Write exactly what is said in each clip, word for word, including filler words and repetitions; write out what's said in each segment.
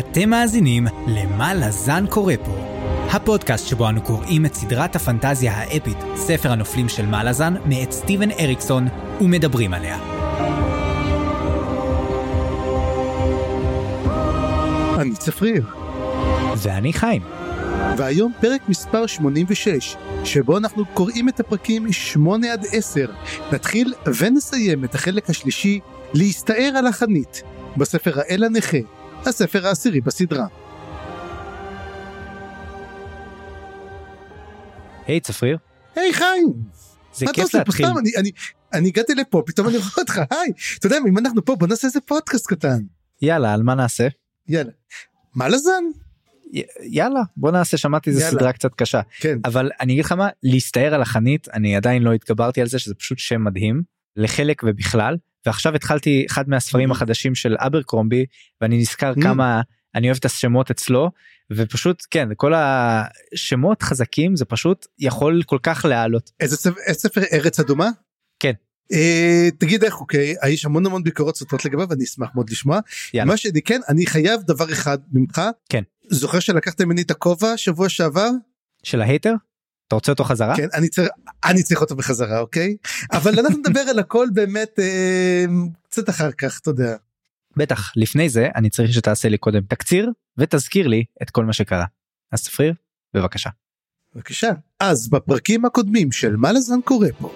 אתם מאזינים למה לזן קורא פה, הפודקאסט שבו אנו קוראים את סדרת הפנטזיה האפית ספר הנופלים של מה לזן מאת סטיבן אריקסון ומדברים עליה. אני צפריר. ואני חיים. והיום פרק מספר שמונים ושש, שבו אנחנו קוראים את הפרקים שמונה עד עשר. נתחיל ונסיים את החלק השלישי, להסתער על החנית, בספר האל הנכה, הספר העשירי בסדרה. היי צפריר. היי חיים. זה כיף להתחיל. אני, אני, אני הגעתי לפה, פתאום אני רואה אותך, היי. אתה יודע, אם אנחנו פה, בוא נעשה איזה פודקאסט קטן. יאללה, על מה נעשה? יאללה. מה לזן? י- יאללה, בוא נעשה, שמעתי איזה סדרה קצת קשה. כן. אבל אני אגיד לך מה, להסתער על החנית, אני עדיין לא התגברתי על זה, שזה פשוט שם מדהים, לחלק ובכלל, ועכשיו התחלתי אחד מהספרים החדשים של אברקרומבי, ואני נזכר כמה אני אוהב את השמות אצלו, ופשוט כן, כל השמות חזקים, זה פשוט יכול כל כך להעלות. איזה ספר ארץ אדומה? כן. תגיד איך, אוקיי, יש המון המון ביקורות סותרות לגביו, ואני אשמח מאוד לשמוע. מה שאני כן, אני חייב דבר אחד ממך. כן. זוכר שלקחת ממני את הכובע שבוע שעבר? של ההייטר? אתה רוצה אותו חזרה? כן, אני צריך, אני צריך אותו בחזרה, אוקיי? אבל אנחנו נדבר על הכל באמת אה, קצת אחר כך, אתה יודע. בטח, לפני זה אני צריך שתעשה לי קודם תקציר, ותזכיר לי את כל מה שקרה. אז צפריר, בבקשה. בבקשה. אז בפרקים הקודמים של מה לזן קורא פה.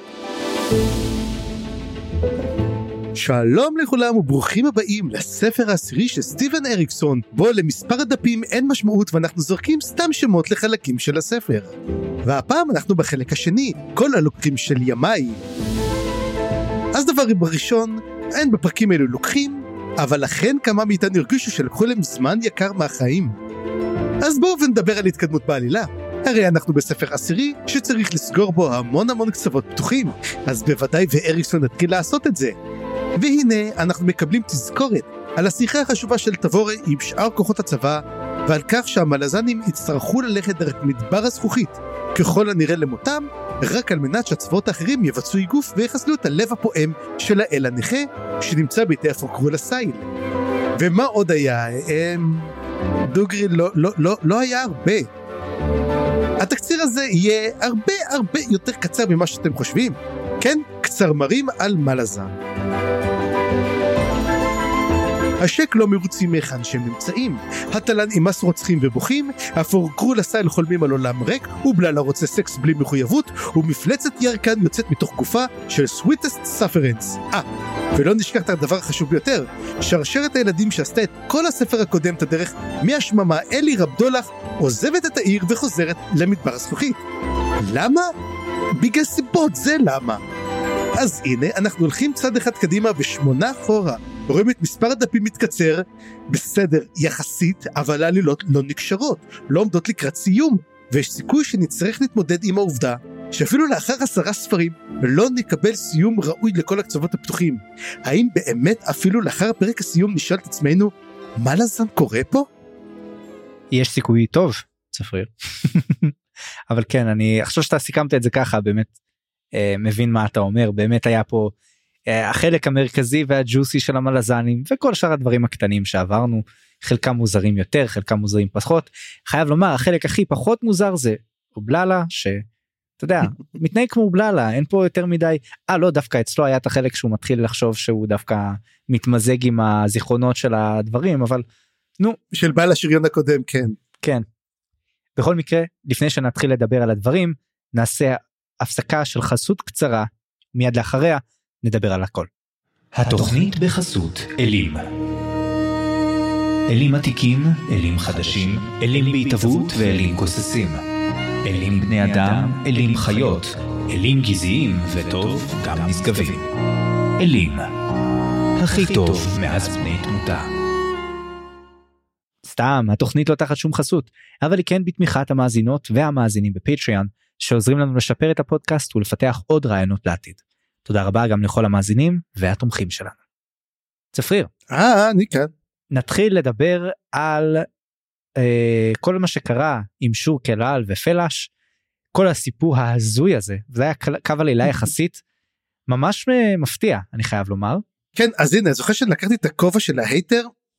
שלום לכולם וברוכים הבאים לספר העשירי של סטיבן אריקסון, בו למספר הדפים אין משמעות ואנחנו זורקים סתם שמות לחלקים של הספר. והפעם אנחנו בחלק השני, כל הלוקחים של ימי. אז דבר בראשון, אין בפרקים אלו לוקחים, אבל לכן כמה מאיתנו הרגישו שלקחו להם זמן יקר מהחיים. אז בואו ונדבר על התקדמות בעלילה. הרי אנחנו בספר עשירי שצריך לסגור בו המון המון קצוות פתוחים, אז בוודאי ואריקסון נתחיל לעשות את זה. והנה אנחנו מקבלים תזכורת על השיחה החשובה של תבורה עם שאר כוחות הצבא, ועל כך שהמלזנים יצטרכו ללכת דרך מדבר הזכוכית, ככל הנראה למותם, רק על מנת שהצבאות האחרים יבצעו איגוף ויחסלו את הלב הפועם של האל הנכה, שנמצא בידי הפרוקרול הסייל. ומה עוד היה? הם... דוגרי לא, לא, לא, לא היה הרבה. התקציר הזה יהיה הרבה הרבה יותר קצר ממה שאתם חושבים. כן, קצרמרים על מה לזן. השק לא מרוצים מהיכן שהם נמצאים, התלן עם מס רוצחים ובוכים, הפרוקרול הסייל חולמים על עולם ריק, ובללה רוצה סקס בלי מחויבות, ומפלצת ירקן יוצאת מתוך גופה של sweetest sufferance. אה, ולא נשכח את הדבר החשוב ביותר, שרשרת הילדים שעשתה את כל הספר הקודם את הדרך מהשממה אלי רבדולח, עוזבת את העיר וחוזרת למדבר הזכוכית. למה? בגלל סיבות, זה למה. אז הנה אנחנו הולכים צד אחד קדימה ושמונה אחורה, רואים את מספר הדפים מתקצר, בסדר יחסית, אבל העלילות לא נקשרות, לא עומדות לקראת סיום, ויש סיכוי שנצטרך להתמודד עם העובדה, שאפילו לאחר עשרה ספרים, לא נקבל סיום ראוי לכל הקצוות הפתוחים. האם באמת אפילו לאחר פרק הסיום נשאל את עצמנו, מה לזן קורה פה? יש סיכוי טוב, צפריר. אבל כן, אני חושב שאתה סיכמת את זה ככה, באמת אה, מבין מה אתה אומר, באמת היה פה אה, החלק המרכזי והג'וסי של המלזנים, וכל שאר הדברים הקטנים שעברנו, חלקם מוזרים יותר, חלקם מוזרים פחות. חייב לומר, החלק הכי פחות מוזר זה אובללה, שאתה יודע, מתנהג כמו אובללה, אין פה יותר מדי, אה לא, דווקא אצלו היה את החלק שהוא מתחיל לחשוב שהוא דווקא מתמזג עם הזיכרונות של הדברים, אבל נו. של בעל השריון הקודם, כן. כן. בכל מקרה, לפני שנתחיל לדבר על הדברים, נעשה הפסקה של חסות קצרה, מיד לאחריה נדבר על הכל. התוכנית בחסות אלים. אלים עתיקים, אלים חדשים, אלים בהתהוות ואלים כוססים. אלים בני אדם, אלים חיות, אלים גזעיים וטוב גם נשגבים. אלים, הכי טוב מאז בני תמותה. סתם, התוכנית לא תחת שום חסות, אבל היא כן בתמיכת המאזינות והמאזינים בפטריון, שעוזרים לנו לשפר את הפודקאסט ולפתח עוד רעיונות לעתיד. תודה רבה גם לכל המאזינים והתומכים שלנו. צפריר. אה, אני כאן. נתחיל לדבר על אה, כל מה שקרה עם שור כלל ופלש, כל הסיפור ההזוי הזה, זה היה קו הלילה יחסית, ממש מפתיע, אני חייב לומר. כן, אז הנה, זוכר שלקחתי את הכובע של ההייטר,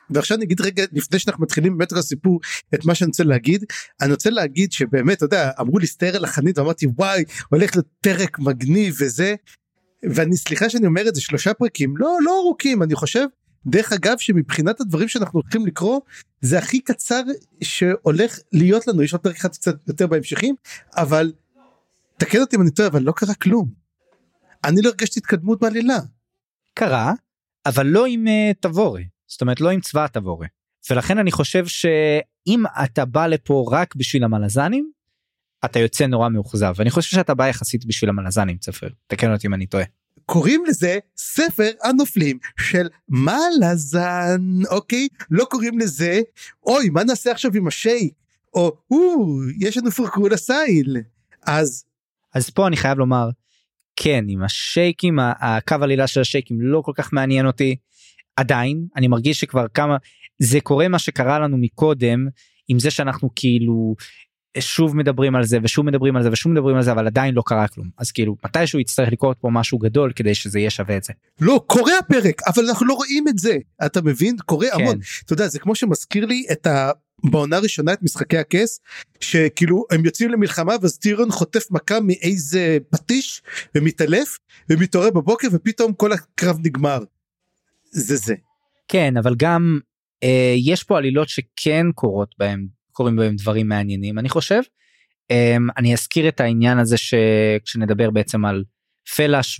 ועכשיו נגיד רגע, לפני שאנחנו מתחילים באמת הסיפור, את מה שאני רוצה להגיד, אני רוצה להגיד שבאמת, אתה יודע, אמרו לי סתר על החנית, ואמרתי, וואי, הולך לפרק מגניב וזה, ואני סליחה שאני אומר את זה, שלושה פרקים, לא, לא ארוכים, אני חושב, דרך אגב, שמבחינת הדברים שאנחנו הולכים לקרוא, זה הכי קצר שהולך להיות לנו, יש עוד פרק אחד קצת יותר בהמשכים, אבל, תקן אותי אם אני טועה, אבל לא קרה כלום. אני לא הרגשתי התקדמות בעלילה. קרה, אבל לא עם uh, תבורה, זאת אומרת לא עם צבא תבורה, ולכן אני חושב שאם אתה בא לפה רק בשביל המלזנים, אתה יוצא נורא מאוכזב, ואני חושב שאתה בא יחסית בשביל המלזנים, צפר, תקן אותי אם אני טועה. קוראים לזה ספר הנופלים של מלזן, אוקיי? לא קוראים לזה, אוי, מה נעשה עכשיו עם השייק? או, או, יש לנו פרקול הסייל. אז... אז פה אני חייב לומר, כן, עם השייקים, הקו עלילה של השייקים לא כל כך מעניין אותי, עדיין, אני מרגיש שכבר כמה, זה קורה מה שקרה לנו מקודם, עם זה שאנחנו כאילו, שוב מדברים על זה, ושוב מדברים על זה, ושוב מדברים על זה, אבל עדיין לא קרה כלום, אז כאילו, מתישהו יצטרך לקרות פה משהו גדול, כדי שזה יהיה שווה את זה. לא, קורה הפרק, אבל אנחנו לא רואים את זה, אתה מבין? קורה כן. המון, אתה יודע, זה כמו שמזכיר לי את ה... בעונה ראשונה את משחקי הכס, שכאילו הם יוצאים למלחמה, ואז טיריון חוטף מכה מאיזה פטיש, ומתעלף, ומתעורר בבוקר, ופתאום כל הקרב נגמר. זה זה. כן, אבל גם אה, יש פה עלילות שכן קורות בהם, קוראים בהם דברים מעניינים, אני חושב. אה, אני אזכיר את העניין הזה, שכשנדבר בעצם על פלש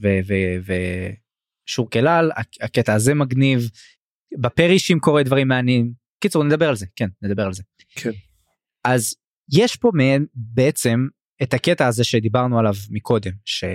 ושור כלל, הקטע הזה מגניב, בפרישים קורה דברים מעניינים, קיצור נדבר על זה, כן, נדבר על זה. כן. אז יש פה מעין בעצם את הקטע הזה שדיברנו עליו מקודם,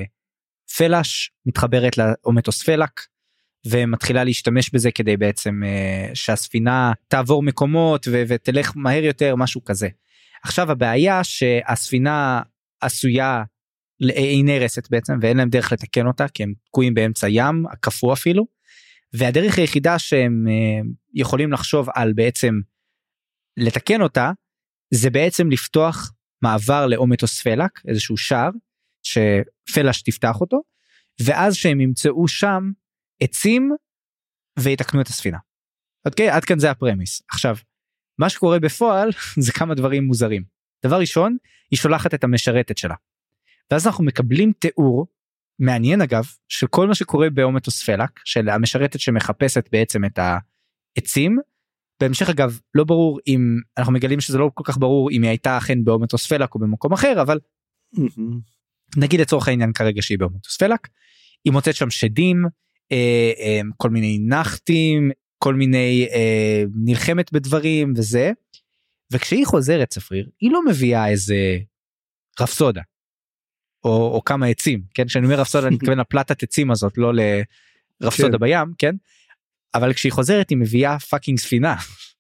שפלש מתחברת לאומטוספלק, ומתחילה להשתמש בזה כדי בעצם uh, שהספינה תעבור מקומות ו- ותלך מהר יותר, משהו כזה. עכשיו הבעיה שהספינה עשויה, היא נהרסת בעצם, ואין להם דרך לתקן אותה, כי הם תקועים באמצע ים, הקפוא אפילו, והדרך היחידה שהם uh, יכולים לחשוב על בעצם לתקן אותה, זה בעצם לפתוח מעבר לאומטוספלק, איזשהו שער, שפלש תפתח אותו, ואז שהם ימצאו שם עצים, ויתקנו את הספינה. אוקיי? עד כאן זה הפרמיס. עכשיו, מה שקורה בפועל, זה כמה דברים מוזרים. דבר ראשון, היא שולחת את המשרתת שלה. ואז אנחנו מקבלים תיאור, מעניין אגב, של כל מה שקורה באומטוספלק, של המשרתת שמחפשת בעצם את העצים, בהמשך אגב, לא ברור אם, אנחנו מגלים שזה לא כל כך ברור, אם היא הייתה אכן באומטוספלק או במקום אחר, אבל נגיד לצורך העניין כרגע שהיא באומטוספלק, היא מוצאת שם שדים, אה, אה, כל מיני נחתים, כל מיני אה, נלחמת בדברים וזה, וכשהיא חוזרת צפריר, היא לא מביאה איזה רפסודה, או, או כמה עצים, כן? כשאני אומר רפסודה, אני מתכוון לפלטת עצים הזאת, לא לרפסודה כן. בים, כן? אבל כשהיא חוזרת, היא מביאה פאקינג ספינה.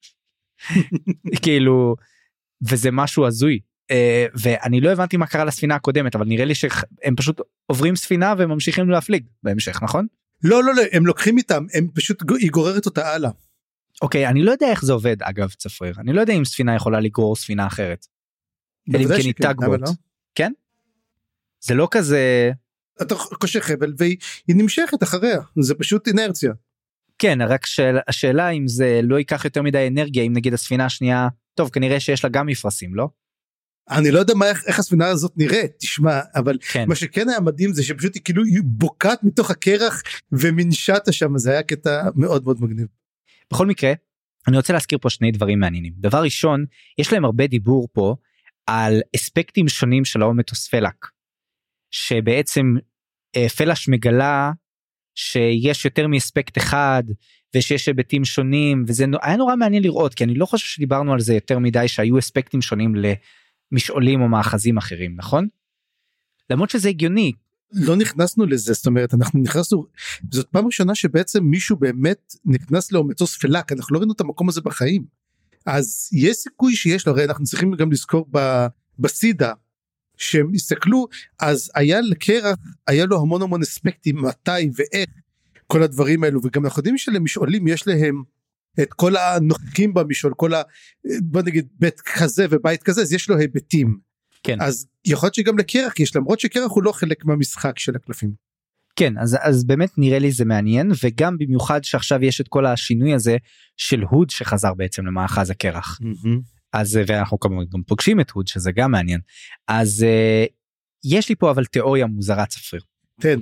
כאילו, וזה משהו הזוי. Uh, ואני לא הבנתי מה קרה לספינה הקודמת, אבל נראה לי שהם פשוט עוברים ספינה, והם ממשיכים להפליג בהמשך, נכון? לא, לא, לא, הם לוקחים איתם, הם פשוט, היא גוררת אותה הלאה. אוקיי, אני לא יודע איך זה עובד, אגב, צפריר. אני לא יודע אם ספינה יכולה לגרור ספינה אחרת. אלא אם כן היא טאגבוט. כן? זה לא כזה... אתה קושר חבל והיא נמשכת אחריה, זה פשוט אינרציה. כן, רק השאלה אם זה לא ייקח יותר מדי אנרגיה, אם נגיד הספינה השנייה, טוב, כנראה שיש לה גם מפרסים, לא? אני לא יודע מה, איך, איך הספינה הזאת נראית, תשמע, אבל כן. מה שכן היה מדהים זה שפשוט היא כאילו בוקעת מתוך הקרח ומנשתה שם, זה היה קטע מאוד מאוד מגניב. בכל מקרה, אני רוצה להזכיר פה שני דברים מעניינים. דבר ראשון, יש להם הרבה דיבור פה על אספקטים שונים של האומטוספלק, שבעצם פלש מגלה שיש יותר מאספקט אחד, ושיש היבטים שונים, וזה היה נורא מעניין לראות, כי אני לא חושב שדיברנו על זה יותר מדי, שהיו אספקטים שונים למשעולים או מאחזים אחרים, נכון? למרות שזה הגיוני. לא נכנסנו לזה, זאת אומרת, אנחנו נכנסנו, זאת פעם ראשונה שבעצם מישהו באמת נכנס לאומטוספלק, אנחנו לא ראינו את המקום הזה בחיים, אז יש סיכוי שיש לו, הרי אנחנו צריכים גם לזכור בסידה, שהם הסתכלו, אז היה לקרח, היה לו המון המון אספקטים, מתי ואיך, כל הדברים האלו, וגם אנחנו יודעים שלמשעולים יש להם, את כל הנוכחים במשעול, כל ה, בוא נגיד, בית כזה ובית כזה, אז יש לו היבטים, כן. אז יכול להיות שגם לקרח יש, למרות שקרח הוא לא חלק מהמשחק של הקלפים. כן, אז, אז באמת נראה לי זה מעניין, וגם במיוחד שעכשיו יש את כל השינוי הזה של הוד שחזר בעצם למאחז הקרח. Mm-hmm. אז, ואנחנו כמובן גם פוגשים את הוד, שזה גם מעניין. אז uh, יש לי פה אבל תיאוריה מוזרה צפריר. כן.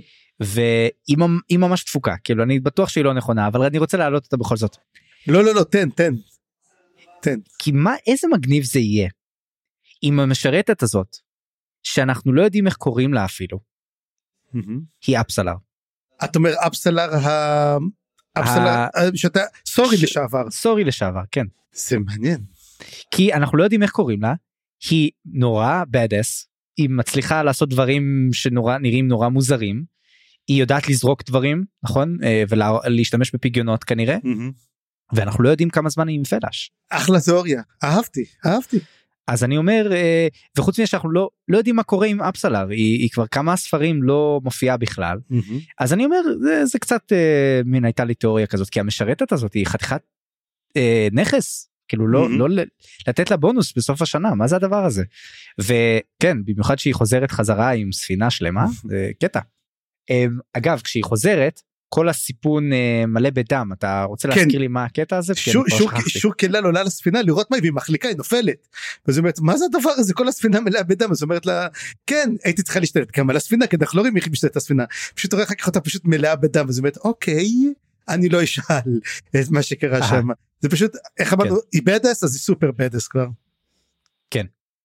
והיא ממש תפוקה, כאילו אני בטוח שהיא לא נכונה, אבל אני רוצה להעלות אותה בכל זאת. לא, לא, לא, תן, תן. תן. כי מה, איזה מגניב זה יהיה, עם המשרתת הזאת, שאנחנו לא יודעים איך קוראים לה אפילו, mm-hmm. היא אפסלר. את אומר אפסלר ה... אפסלר, שאתה, סורי ש... לשעבר. סורי לשעבר, כן. זה מעניין. כי אנחנו לא יודעים איך קוראים לה, היא נורא בדס, היא מצליחה לעשות דברים שנורא, נראים נורא מוזרים, היא יודעת לזרוק דברים, נכון? ולהשתמש בפיגיונות כנראה, mm-hmm. ואנחנו לא יודעים כמה זמן היא עם פלאש. אחלה תיאוריה, אהבתי, אהבתי. אז אני אומר, וחוץ מזה שאנחנו לא, לא יודעים מה קורה עם אפסלר, היא, היא כבר כמה ספרים לא מופיעה בכלל, mm-hmm. אז אני אומר, זה, זה קצת אה, מין הייתה לי תיאוריה כזאת, כי המשרתת הזאת היא חתיכת אה, נכס, כאילו לא, mm-hmm. לא לתת לה בונוס בסוף השנה, מה זה הדבר הזה? וכן, במיוחד שהיא חוזרת חזרה עם ספינה שלמה, זה קטע. אגב, כשהיא חוזרת, כל הסיפון מלא בדם, אתה רוצה להזכיר לי מה הקטע הזה? שור קלל עולה לספינה לראות מה היא, והיא מחליקה, היא נופלת. אז היא אומרת, מה זה הדבר הזה? כל הספינה מלאה בדם. אז היא אומרת לה, כן, הייתי צריכה להשתלט גם על הספינה, כי אנחנו לא רואים איך היא משתלט הספינה. פשוט רואה אחר כך אותה פשוט מלאה בדם. אז היא אומרת, אוקיי, אני לא אשאל את מה שקרה שם. זה פשוט, איך אמרנו, היא בדס, אז היא סופר בדס כבר. כן.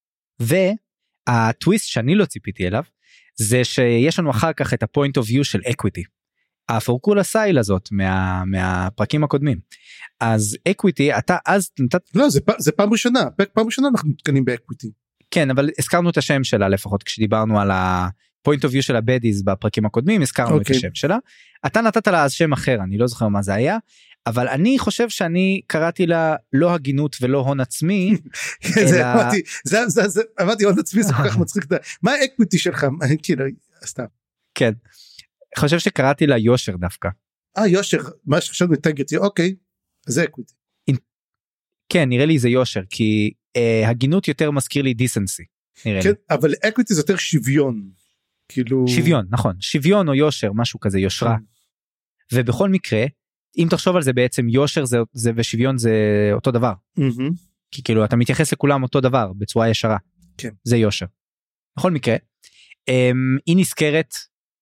והטוויסט שאני לא ציפיתי אליו, זה שיש לנו אחר כך את ה-point of view של equity. הפורקולה סייל הזאת מה, מהפרקים הקודמים. אז אקוויטי, אתה אז נתת... לא, זה, זה פעם ראשונה, פעם ראשונה אנחנו מתקנים באקוויטי. כן, אבל הזכרנו את השם שלה לפחות, כשדיברנו על ה-point of view של הבדיז בפרקים הקודמים, הזכרנו okay. את השם שלה. אתה נתת לה אז שם אחר, אני לא זוכר מה זה היה, אבל אני חושב שאני קראתי לה לא הגינות ולא הון עצמי. זה אמרתי, זה, זה, זה, אמרתי הון עצמי, זה כל כך מצחיק. מה האקוויטי שלך? כאילו, סתם. כן. חושב שקראתי לה יושר דווקא. אה, יושר, מה שחשבנו אינטגריטי, אוקיי, זה אקוויטי. כן, נראה לי זה יושר, כי אה, הגינות יותר מזכיר לי דיסנסי, נראה כן, לי. אבל אקוויטי זה יותר שוויון, כאילו... שוויון, נכון, שוויון או יושר, משהו כזה, יושרה. ובכל מקרה, אם תחשוב על זה בעצם, יושר זה, זה ושוויון זה אותו דבר. Mm-hmm. כי כאילו, אתה מתייחס לכולם אותו דבר, בצורה ישרה. כן. זה יושר. בכל מקרה, אה, היא נזכרת...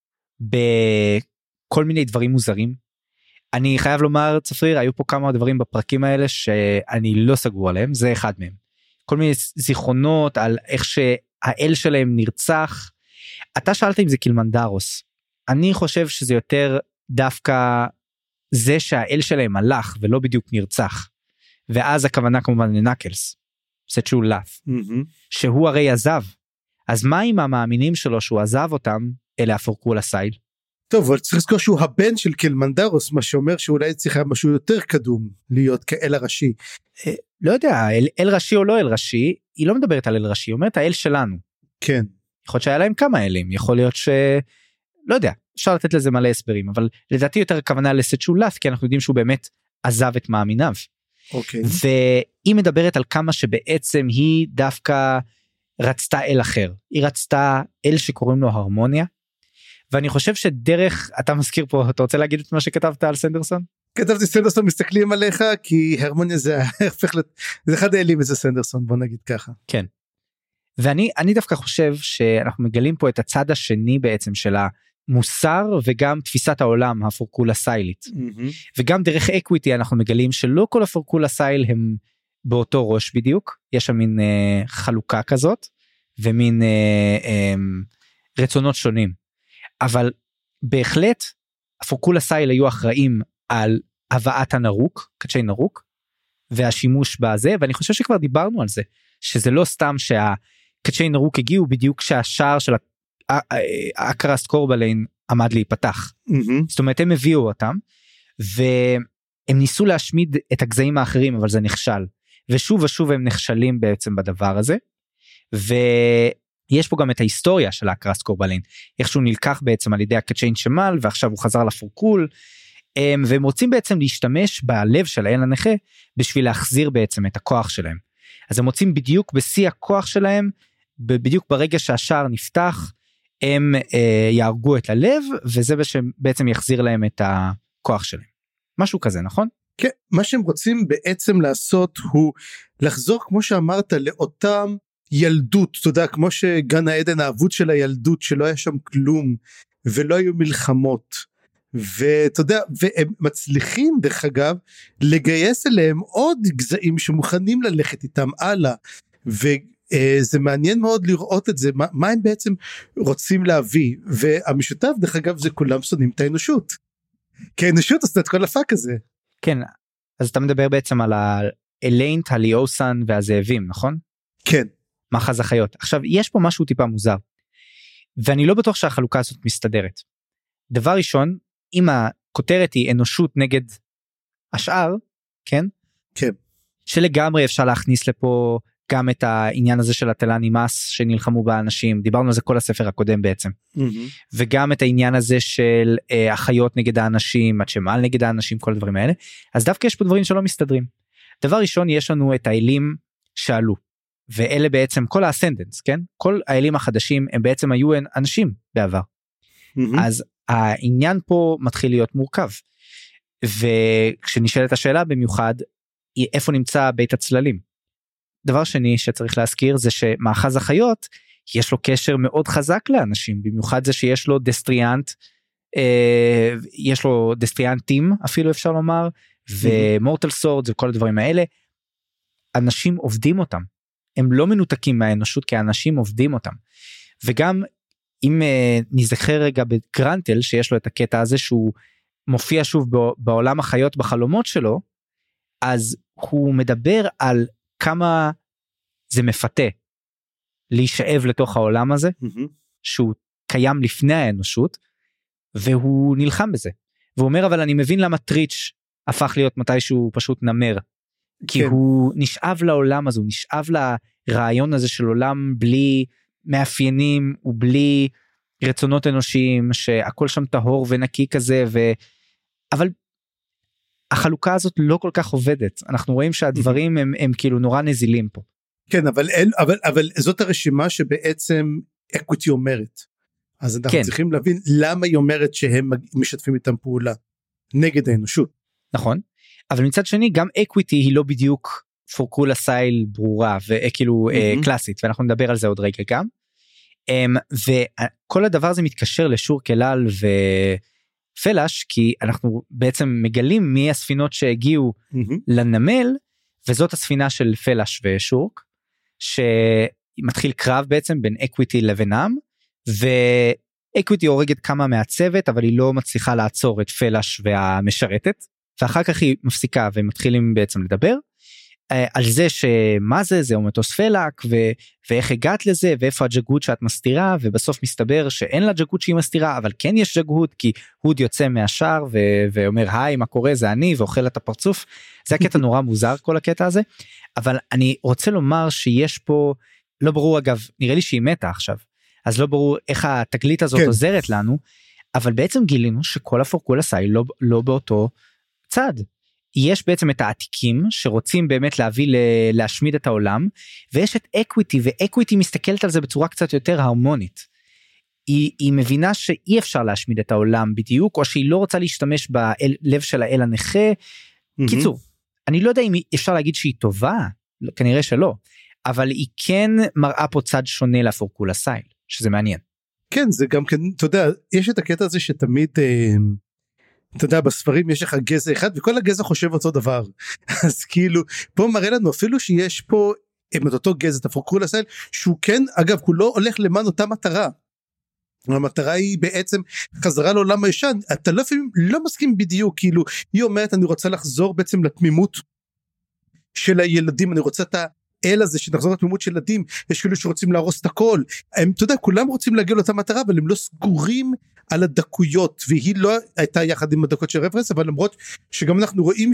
בכל מיני דברים מוזרים. אני חייב לומר, צפריר, היו פה כמה דברים בפרקים האלה שאני לא סגור עליהם, זה אחד מהם. כל מיני זיכרונות על איך שהאל שלהם נרצח. אתה שאלת אם זה קילמנדרוס. אני חושב שזה יותר דווקא זה שהאל שלהם הלך ולא בדיוק נרצח. ואז הכוונה כמובן לנקלס, סצ'ולף, mm-hmm. שהוא הרי עזב. אז מה עם המאמינים שלו שהוא עזב אותם, אלה הפורקולה סייל? טוב, אבל צריך לזכור שהוא הבן של קילמנדרוס, מה שאומר שאולי צריך משהו יותר קדום להיות כאל הראשי. לא יודע, אל, אל ראשי או לא אל ראשי, היא לא מדברת על אל ראשי, היא אומרת האל שלנו. כן. יכול להיות שהיה להם כמה אלים, יכול להיות ש... לא יודע, אפשר לתת לזה מלא הסברים, אבל לדעתי יותר הכוונה לסצ'ולף, כי אנחנו יודעים שהוא באמת עזב את מאמיניו. אוקיי. והיא מדברת על כמה שבעצם היא דווקא רצתה אל אחר. היא רצתה אל שקוראים לו הרמוניה, ואני חושב שדרך, אתה מזכיר פה, אתה רוצה להגיד את מה שכתבת על סנדרסון? כתבתי סנדרסון מסתכלים עליך, כי הרמוניה זה הופך, זה אחד האלים איזה סנדרסון, בוא נגיד ככה. כן. ואני אני דווקא חושב שאנחנו מגלים פה את הצד השני בעצם של המוסר, וגם תפיסת העולם הפורקולה סיילית. Mm-hmm. וגם דרך אקוויטי אנחנו מגלים שלא כל הפורקולה סייל הם באותו ראש בדיוק, יש שם מין אה, חלוקה כזאת, ומין אה, אה, רצונות שונים. אבל בהחלט הפורקולה סייל היו אחראים על הבאת הנרוק, קדשי נרוק, והשימוש בזה, ואני חושב שכבר דיברנו על זה, שזה לא סתם שהקדשי נרוק הגיעו בדיוק כשהשער של האקרסט קורבליין עמד להיפתח. Mm-hmm. זאת אומרת, הם הביאו אותם, והם ניסו להשמיד את הגזעים האחרים, אבל זה נכשל. ושוב ושוב הם נכשלים בעצם בדבר הזה, ויש פה גם את ההיסטוריה של האקרסט קורבליין, איך שהוא נלקח בעצם על ידי הקדשיין שמל, ועכשיו הוא חזר לפורקול, והם רוצים בעצם להשתמש בלב של האל הנכה, בשביל להחזיר בעצם את הכוח שלהם. אז הם רוצים בדיוק בשיא הכוח שלהם, בדיוק ברגע שהשער נפתח, הם אה, יהרגו את הלב, וזה בעצם יחזיר להם את הכוח שלהם. משהו כזה, נכון? כן, מה שהם רוצים בעצם לעשות הוא לחזור, כמו שאמרת, לאותם ילדות, אתה יודע, כמו שגן העדן האבוד של הילדות, שלא היה שם כלום, ולא היו מלחמות, ואתה יודע, והם מצליחים דרך אגב, לגייס אליהם עוד גזעים שמוכנים ללכת איתם הלאה, וזה מעניין מאוד לראות את זה, מה, מה הם בעצם רוצים להביא, והמשותף דרך אגב זה כולם שונאים את האנושות, כי האנושות עושה את כל הפאק הזה. כן, אז אתה מדבר בעצם על האליינט, הליאוסן והזאבים, נכון? כן. מאחז החיות. עכשיו, יש פה משהו טיפה מוזר, ואני לא בטוח שהחלוקה הזאת מסתדרת. דבר ראשון, אם הכותרת היא אנושות נגד השאר, כן? כן. שלגמרי אפשר להכניס לפה גם את העניין הזה של התלני מס שנלחמו באנשים, דיברנו על זה כל הספר הקודם בעצם, mm-hmm. וגם את העניין הזה של אה, החיות נגד האנשים, הצ'מל נגד האנשים, כל הדברים האלה, אז דווקא יש פה דברים שלא מסתדרים. דבר ראשון, יש לנו את האלים שעלו, ואלה בעצם כל האסנדנס, כן? כל האלים החדשים הם בעצם היו אנשים בעבר. Mm-hmm. אז העניין פה מתחיל להיות מורכב, וכשנשאלת השאלה במיוחד, איפה נמצא בית הצללים? דבר שני שצריך להזכיר זה שמאחז החיות יש לו קשר מאוד חזק לאנשים, במיוחד זה שיש לו דסטריאנט, אה, יש לו דסטריאנטים אפילו אפשר לומר, ומורטל סורד וכל הדברים האלה, אנשים עובדים אותם, הם לא מנותקים מהאנושות כי האנשים עובדים אותם, וגם אם אה, נזכר רגע בגרנטל שיש לו את הקטע הזה שהוא מופיע שוב בעולם החיות בחלומות שלו, אז הוא מדבר על כמה זה מפתה להישאב לתוך העולם הזה, mm-hmm. שהוא קיים לפני האנושות, והוא נלחם בזה. והוא אומר, אבל אני מבין למה טריץ' הפך להיות מתי שהוא פשוט נמר, כי כן. הוא נשאב לעולם הזה, הוא נשאב לרעיון הזה של עולם בלי מאפיינים, ובלי רצונות אנושיים, שהכל שם טהור ונקי כזה, ו... אבל החלוקה הזאת לא כל כך עובדת, אנחנו רואים שהדברים הם, הם כאילו נורא נזילים פה. כן, אבל, אבל, אבל זאת הרשימה שבעצם אקוויטי אומרת, אז אנחנו כן. צריכים להבין למה היא אומרת שהם משתפים איתם פעולה, נגד האנושות. נכון, אבל מצד שני גם אקוויטי היא לא בדיוק פורקולה סייל ברורה, וכאילו mm-hmm. קלאסית, ואנחנו נדבר על זה עוד רגע גם, וכל הדבר הזה מתקשר לשור כלל ו... פלש, כי אנחנו בעצם מגלים מי הספינות שהגיעו mm-hmm. לנמל, וזאת הספינה של פלש ושורק, שמתחיל קרב בעצם בין אקוויטי לבינם, ואקוויטי הורגת כמה מהצוות, אבל היא לא מצליחה לעצור את פלש והמשרתת, ואחר כך היא מפסיקה ומתחילים בעצם לדבר, על זה שמה זה, זה מטוס פלק, ו- ואיך הגעת לזה, ואיפה הג'גות שאת מסתירה, ובסוף מסתבר שאין לה ג'גות שהיא מסתירה, אבל כן יש ג'גות, כי הוד יוצא מהשאר, ו- ואומר, היי, מה קורה, זה אני, ואוכל את הפרצוף, זה הקטע נורא מוזר, כל הקטע הזה, אבל אני רוצה לומר שיש פה, לא ברור אגב, נראה לי שהיא מתה עכשיו, אז לא ברור איך התגלית הזאת כן. עוזרת לנו, אבל בעצם גילינו שכל הפורקולה סייל לא, לא באותו צד, יש בעצם את העתיקים שרוצים באמת להביא להשמיד את העולם, ויש את אקוויטי, ואקוויטי מסתכלת על זה בצורה קצת יותר הרמונית. היא, היא מבינה שאי אפשר להשמיד את העולם בדיוק, או שהיא לא רוצה להשתמש בלב של האל הנכה. Mm-hmm. קיצור, אני לא יודע אם אפשר להגיד שהיא טובה, כנראה שלא, אבל היא כן מראה פה צד שונה לפורקולה סייל, שזה מעניין. כן, זה גם כן, אתה יודע, יש את הקטע הזה שתמיד... אה... אתה יודע, בספרים יש לך גזע אחד, וכל הגזע חושב אותו דבר, אז כאילו, פה מראה לנו אפילו שיש פה, את אותו גזע, את הפורקולה סייל, שהוא כן, אגב, כולו הולך למען אותה מטרה, המטרה היא בעצם חזרה לעולם הישן, אתה לא, לפעמים לא מסכים בדיוק, כאילו, היא אומרת, אני רוצה לחזור בעצם לתמימות של הילדים, אני רוצה את האל הזה, שנחזור לתמימות של ילדים, יש כאילו שרוצים להרוס את הכל, הם, אתה יודע, כולם רוצים להגיע לאותה מטרה, אבל הם לא סגורים על הדקויות, והיא לא הייתה יחד עם הדקות של רפרנס, אבל למרות שגם אנחנו רואים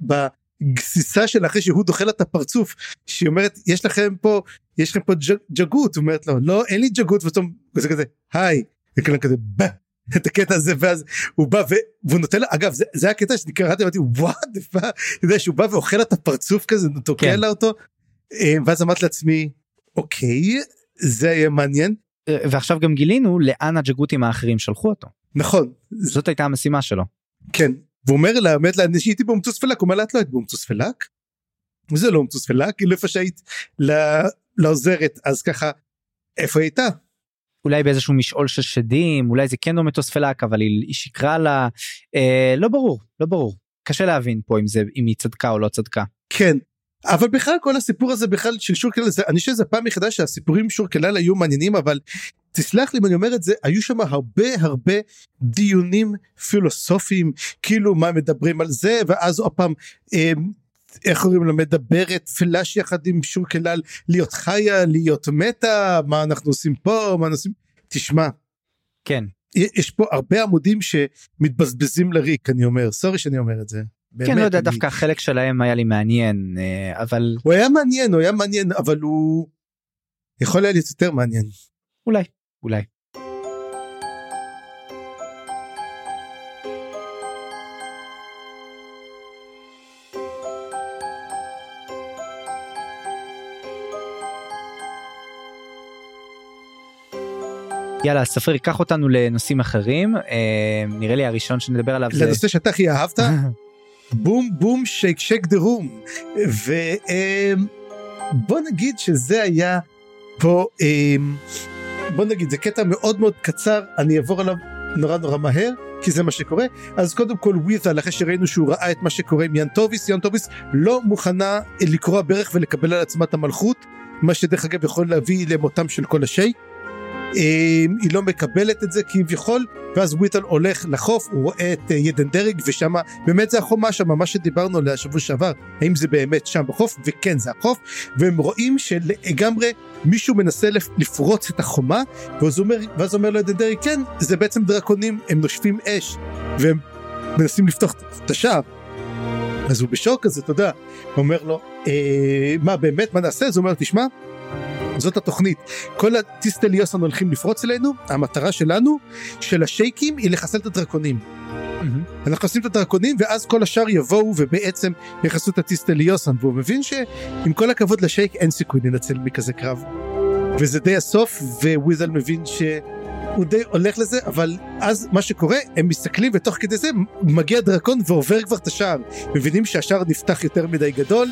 שבגסיסה של אחרי שהוא דוחה לה את הפרצוף, שהיא אומרת, יש לכם פה, יש לכם פה ג'גות, הוא אומרת לו, לא, אין לי ג'גות, וזה כזה, היי, וכאלה כזה, בא, את הקטע הזה, ואז הוא בא, והוא נותן לה, אגב, זה, זה הקטע שקראתי, אמרתי, וואט, אתה יודע, שהוא בא ואוכל לה את הפרצוף כזה, תוקע לה אותו, ואז אמרת לעצמי, אוקיי, זה יהיה מעניין, ועכשיו גם גילינו לאן הג'גותים האחרים שלחו אותו. נכון. זאת הייתה המשימה שלו. כן, והוא אומר לה, אומרת לה, אני שהייתי באומצוס פלק, הוא אומר לה, את לא היית באומצוס פלק? וזה לא אומצוס פלק, היא לא איפה שהיית לעוזרת, אז ככה, איפה הייתה? אולי באיזשהו משעול של שדים, אולי זה כן לא מטוס פלק, אבל היא, היא שקרה לה, אה, לא ברור, לא ברור. קשה להבין פה אם, זה, אם היא צדקה או לא צדקה. כן, אבל בכלל כל הסיפור הזה בכלל של שור כלל, אני חושב שזה פעם מחדש שהסיפורים שור כלל היו מעניינים, אבל תסלח לי אם אני אומר את זה, היו שם הרבה הרבה דיונים פילוסופיים, כאילו מה מדברים על זה, ואז עוד פעם, אה, איך קוראים לה, מדברת פלאש יחד עם שור כלל, להיות חיה, להיות מתה, מה אנחנו עושים פה, מה אנחנו עושים, תשמע. כן. יש פה הרבה עמודים שמתבזבזים לריק, אני אומר, סורי שאני אומר את זה. כן, לא יודע, דווקא החלק שלהם היה לי מעניין, אבל... הוא היה מעניין, הוא היה מעניין, אבל הוא יכול היה להיות יותר מעניין. אולי, אולי. יאללה, ספר, ייקח אותנו לנושאים אחרים, אה, נראה לי הראשון שנדבר עליו זה... לנושא שאתה הכי אהבת? בום בום שייק שייק דה רום, ובוא נגיד שזה היה פה, אה, בוא נגיד, זה קטע מאוד מאוד קצר, אני אעבור עליו נורא נורא מהר, כי זה מה שקורה. אז קודם כל ווית'ל, אחרי שראינו שהוא ראה את מה שקורה עם ינטוביס, ינטוביס לא מוכנה לקרוע ברך ולקבל על עצמה את המלכות, מה שדרך אגב יכול להביא למותם של כל השייק, היא לא מקבלת את זה כביכול, ואז ווית'ל הולך לחוף, הוא רואה את ידנדריג, ושם באמת זה החומה שם, מה שדיברנו עליה שבוע שעבר, האם זה באמת שם בחוף, וכן זה החוף, והם רואים שלגמרי מישהו מנסה לפרוץ את החומה, ואז אומר, ואז אומר לו ידנדריג, כן, זה בעצם דרקונים, הם נושפים אש, והם מנסים לפתוח את השער, אז הוא בשוק הזה, תודה, הוא אומר לו, אה, מה באמת, מה נעשה? אז הוא אומר, תשמע, זאת התוכנית, כל הטיסטליוסון הולכים לפרוץ אלינו, המטרה שלנו, של השייקים, היא לחסל את הדרקונים. Mm-hmm. אנחנו עושים את הדרקונים, ואז כל השאר יבואו, ובעצם יחסו את הטיסטליוסון, והוא מבין שעם כל הכבוד לשייק, אין סיכוי לנצל מכזה קרב. וזה די הסוף, וויזל מבין שהוא די הולך לזה, אבל אז מה שקורה, הם מסתכלים, ותוך כדי זה מגיע דרקון, ועובר כבר את השאר. מבינים שהשאר נפתח יותר מדי גדול,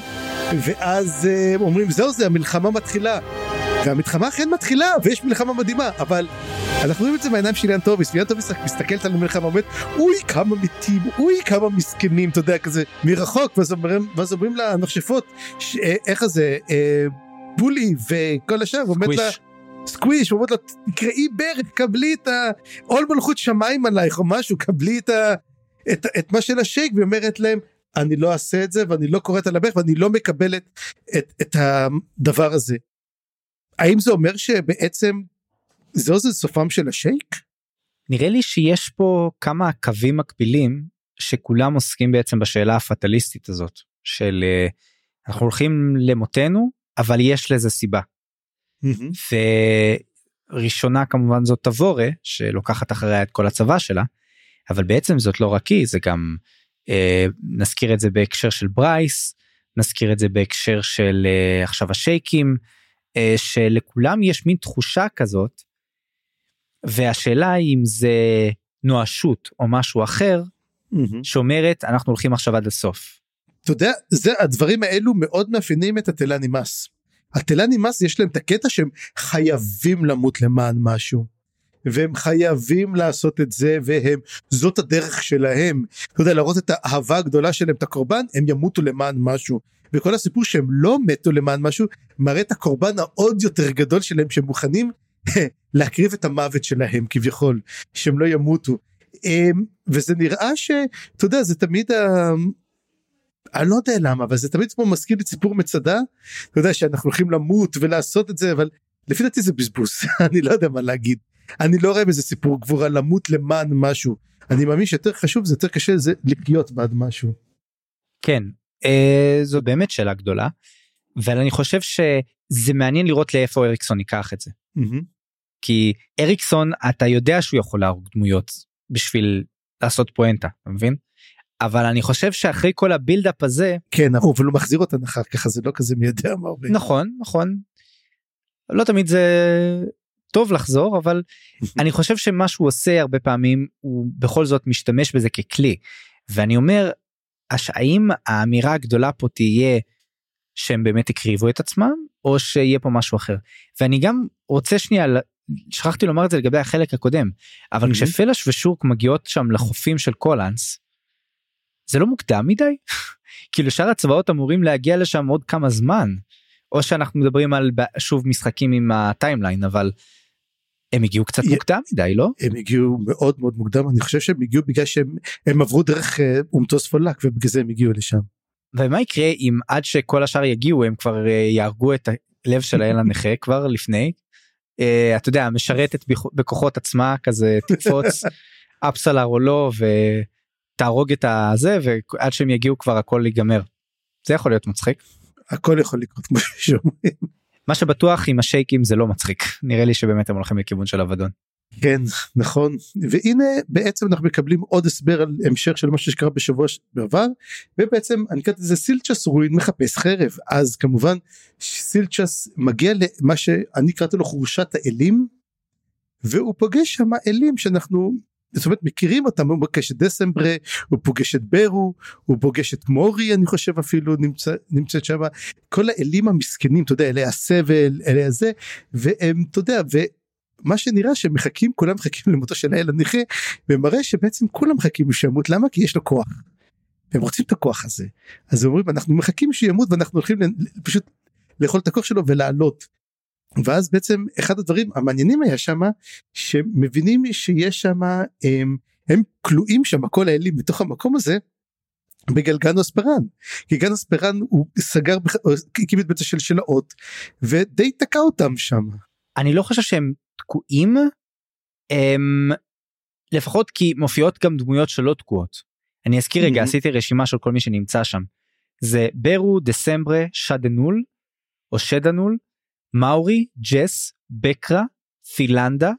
ואז הם אומרים, זהו זה, המלחמה מתחילה. והמלחמה אכן מתחילה, ויש מלחמה מדהימה, אבל אנחנו רואים את זה מהעיניים של ינטוביס, וינטוביס מסתכלת על המלחמה, אומרת, אוי כמה מתים, אוי כמה מסכנים, אתה יודע, כזה מרחוק, ואז אומרים, ואז אומרים לה, המכשפות, איך זה, אה, בולי וכל השאר, אומרת לה, סקוויש, אומרת לה, תקראי ברך, קבלי את העול מלכות שמיים עלייך, או משהו, קבלי את, ה, את, את מה של השייק, ואומרת להם, אני לא אעשה את זה, ואני לא קוראת על הברך, ואני לא מקבלת את, את הדבר הזה. האם זה אומר שבעצם זהו זה סופם של השייק? נראה לי שיש פה כמה קווים מקבילים, שכולם עוסקים בעצם בשאלה הפטליסטית הזאת, של אנחנו הולכים למותנו, אבל יש לזה סיבה. Mm-hmm. וראשונה כמובן זאת תבורה, שלוקחת אחריה את כל הצבא שלה, אבל בעצם זאת לא רק היא, זה גם, אה, נזכיר את זה בהקשר של ברייס, נזכיר את זה בהקשר של אה, עכשיו השייקים, שלכולם יש מין תחושה כזאת, והשאלה היא אם זה נואשות או משהו אחר, mm-hmm. שאומרת אנחנו הולכים עכשיו עד הסוף. אתה יודע, זה, הדברים האלו מאוד מאפיינים את התלה נימס. התלה נימס יש להם את הקטע שהם חייבים למות למען משהו, והם חייבים לעשות את זה, והם, זאת הדרך שלהם, אתה יודע, להראות את האהבה הגדולה שלהם, את הקורבן, הם ימותו למען משהו, וכל הסיפור שהם לא מתו למען משהו, מראה את הקורבן העוד יותר גדול שלהם, שהם מוכנים להקריב את המוות שלהם כביכול, שהם לא ימותו, וזה נראה שאתה יודע, זה תמיד, אני לא יודע למה, אבל זה תמיד כמו מזכיר לי סיפור מצדה, אתה יודע שאנחנו הולכים למות ולעשות את זה, אבל לפי דעתי זה בזבוז, אני לא יודע מה להגיד, אני לא רואה בזה סיפור גבורה, למות למען משהו, אני מאמין שיותר חשוב, זה יותר קשה, זה לחיות בעד משהו. כן, Uh, זו באמת שאלה גדולה, אבל אני חושב שזה מעניין לראות לאיפה אריקסון ייקח את זה. Mm-hmm. כי אריקסון, אתה יודע שהוא יכול להרוג דמויות, בשביל לעשות פואנטה, אתה מבין? אבל אני חושב שאחרי כל הבילדאפ הזה... כן, אבל הוא מחזיר אותה אחר כך, זה לא כזה מי יודע מה הרבה. נכון, נכון. לא תמיד זה טוב לחזור, אבל אני חושב שמה שהוא עושה הרבה פעמים, הוא בכל זאת משתמש בזה ככלי, ואני אומר, האם האמירה הגדולה פה תהיה, שהם באמת הקריבו את עצמם, או שיהיה פה משהו אחר, ואני גם רוצה שנייה, שכחתי לומר את זה לגבי החלק הקודם, אבל כשפלש ושורק מגיעות שם לחופים של קולאנס, זה לא מוקדם מדי? כאילו שאר הצבאות אמורים להגיע לשם עוד כמה זמן, או שאנחנו מדברים על שוב משחקים עם הטיימליין, אבל הם הגיעו קצת מוקדם מדי, לא? הם הגיעו מאוד מאוד מוקדם, אני חושב שהם הגיעו בגלל שהם הם עברו דרך אומטוס פולק, ובגלל זה הם הגיעו לשם. ומה יקרה אם עד שכל השאר יגיעו, הם כבר יהרגו את הלב של האל הנכה כבר לפני, אתה יודע, משרתת בכוחות עצמה, כזה תקפוץ, אפסלר או לא, ותהרוג את הזה, ועד שהם יגיעו כבר הכל ייגמר. זה יכול להיות מצחיק. הכל יכול לקרות כמו שאומרים. מה שבטוח עם השייקים זה לא מצחיק, נראה לי שבאמת הם הולכים לכיוון של אבדון. כן, נכון, והנה בעצם אנחנו מקבלים עוד הסבר על המשך של מה שקרה בשבוע בעבר, ובעצם אני קראתי לזה סילצ'ס רוין מחפש חרב, אז כמובן סילצ'ס מגיע למה שאני קראתי לו חורשת האלים, והוא פוגש שם אלים שאנחנו, זאת אומרת מכירים אותם, הוא פוגש את דסמברה, הוא פוגש את ברו, הוא פוגש את מורי, אני חושב אפילו נמצא, נמצאת שם, כל האלים המסכנים, אתה יודע, אלה הסבל, אלה הזה, והם, אתה יודע, ו... מה שנראה שהם מחכים, כולם מחכים למותו של האל הנכה, ומראה שבעצם כולם מחכים שימות, למה? כי יש לו כוח, והם רוצים את הכוח הזה, אז אומרים, אנחנו מחכים שימות, ואנחנו הולכים פשוט לאכול את הכוח שלו ולעלות, ואז בעצם אחד הדברים המעניינים היה שם, שמבינים שיש שם, הם, הם כלואים שם, כל האלים בתוך המקום הזה, בגלל גנוס פרן, כי גנוס פרן הוא סגר, הקים את בית השלשלאות, ודי תקע אותם שם. אני לא חושב שהם תקועים, הם, לפחות כי מופיעות גם דמויות שלא תקועות. אני אזכיר רגע, עשיתי רשימה של כל מי שנמצא שם. זה ברו, דסמברה, שדנול, או שדנול, מאורי, ג'ס, בקרה, פילנדה,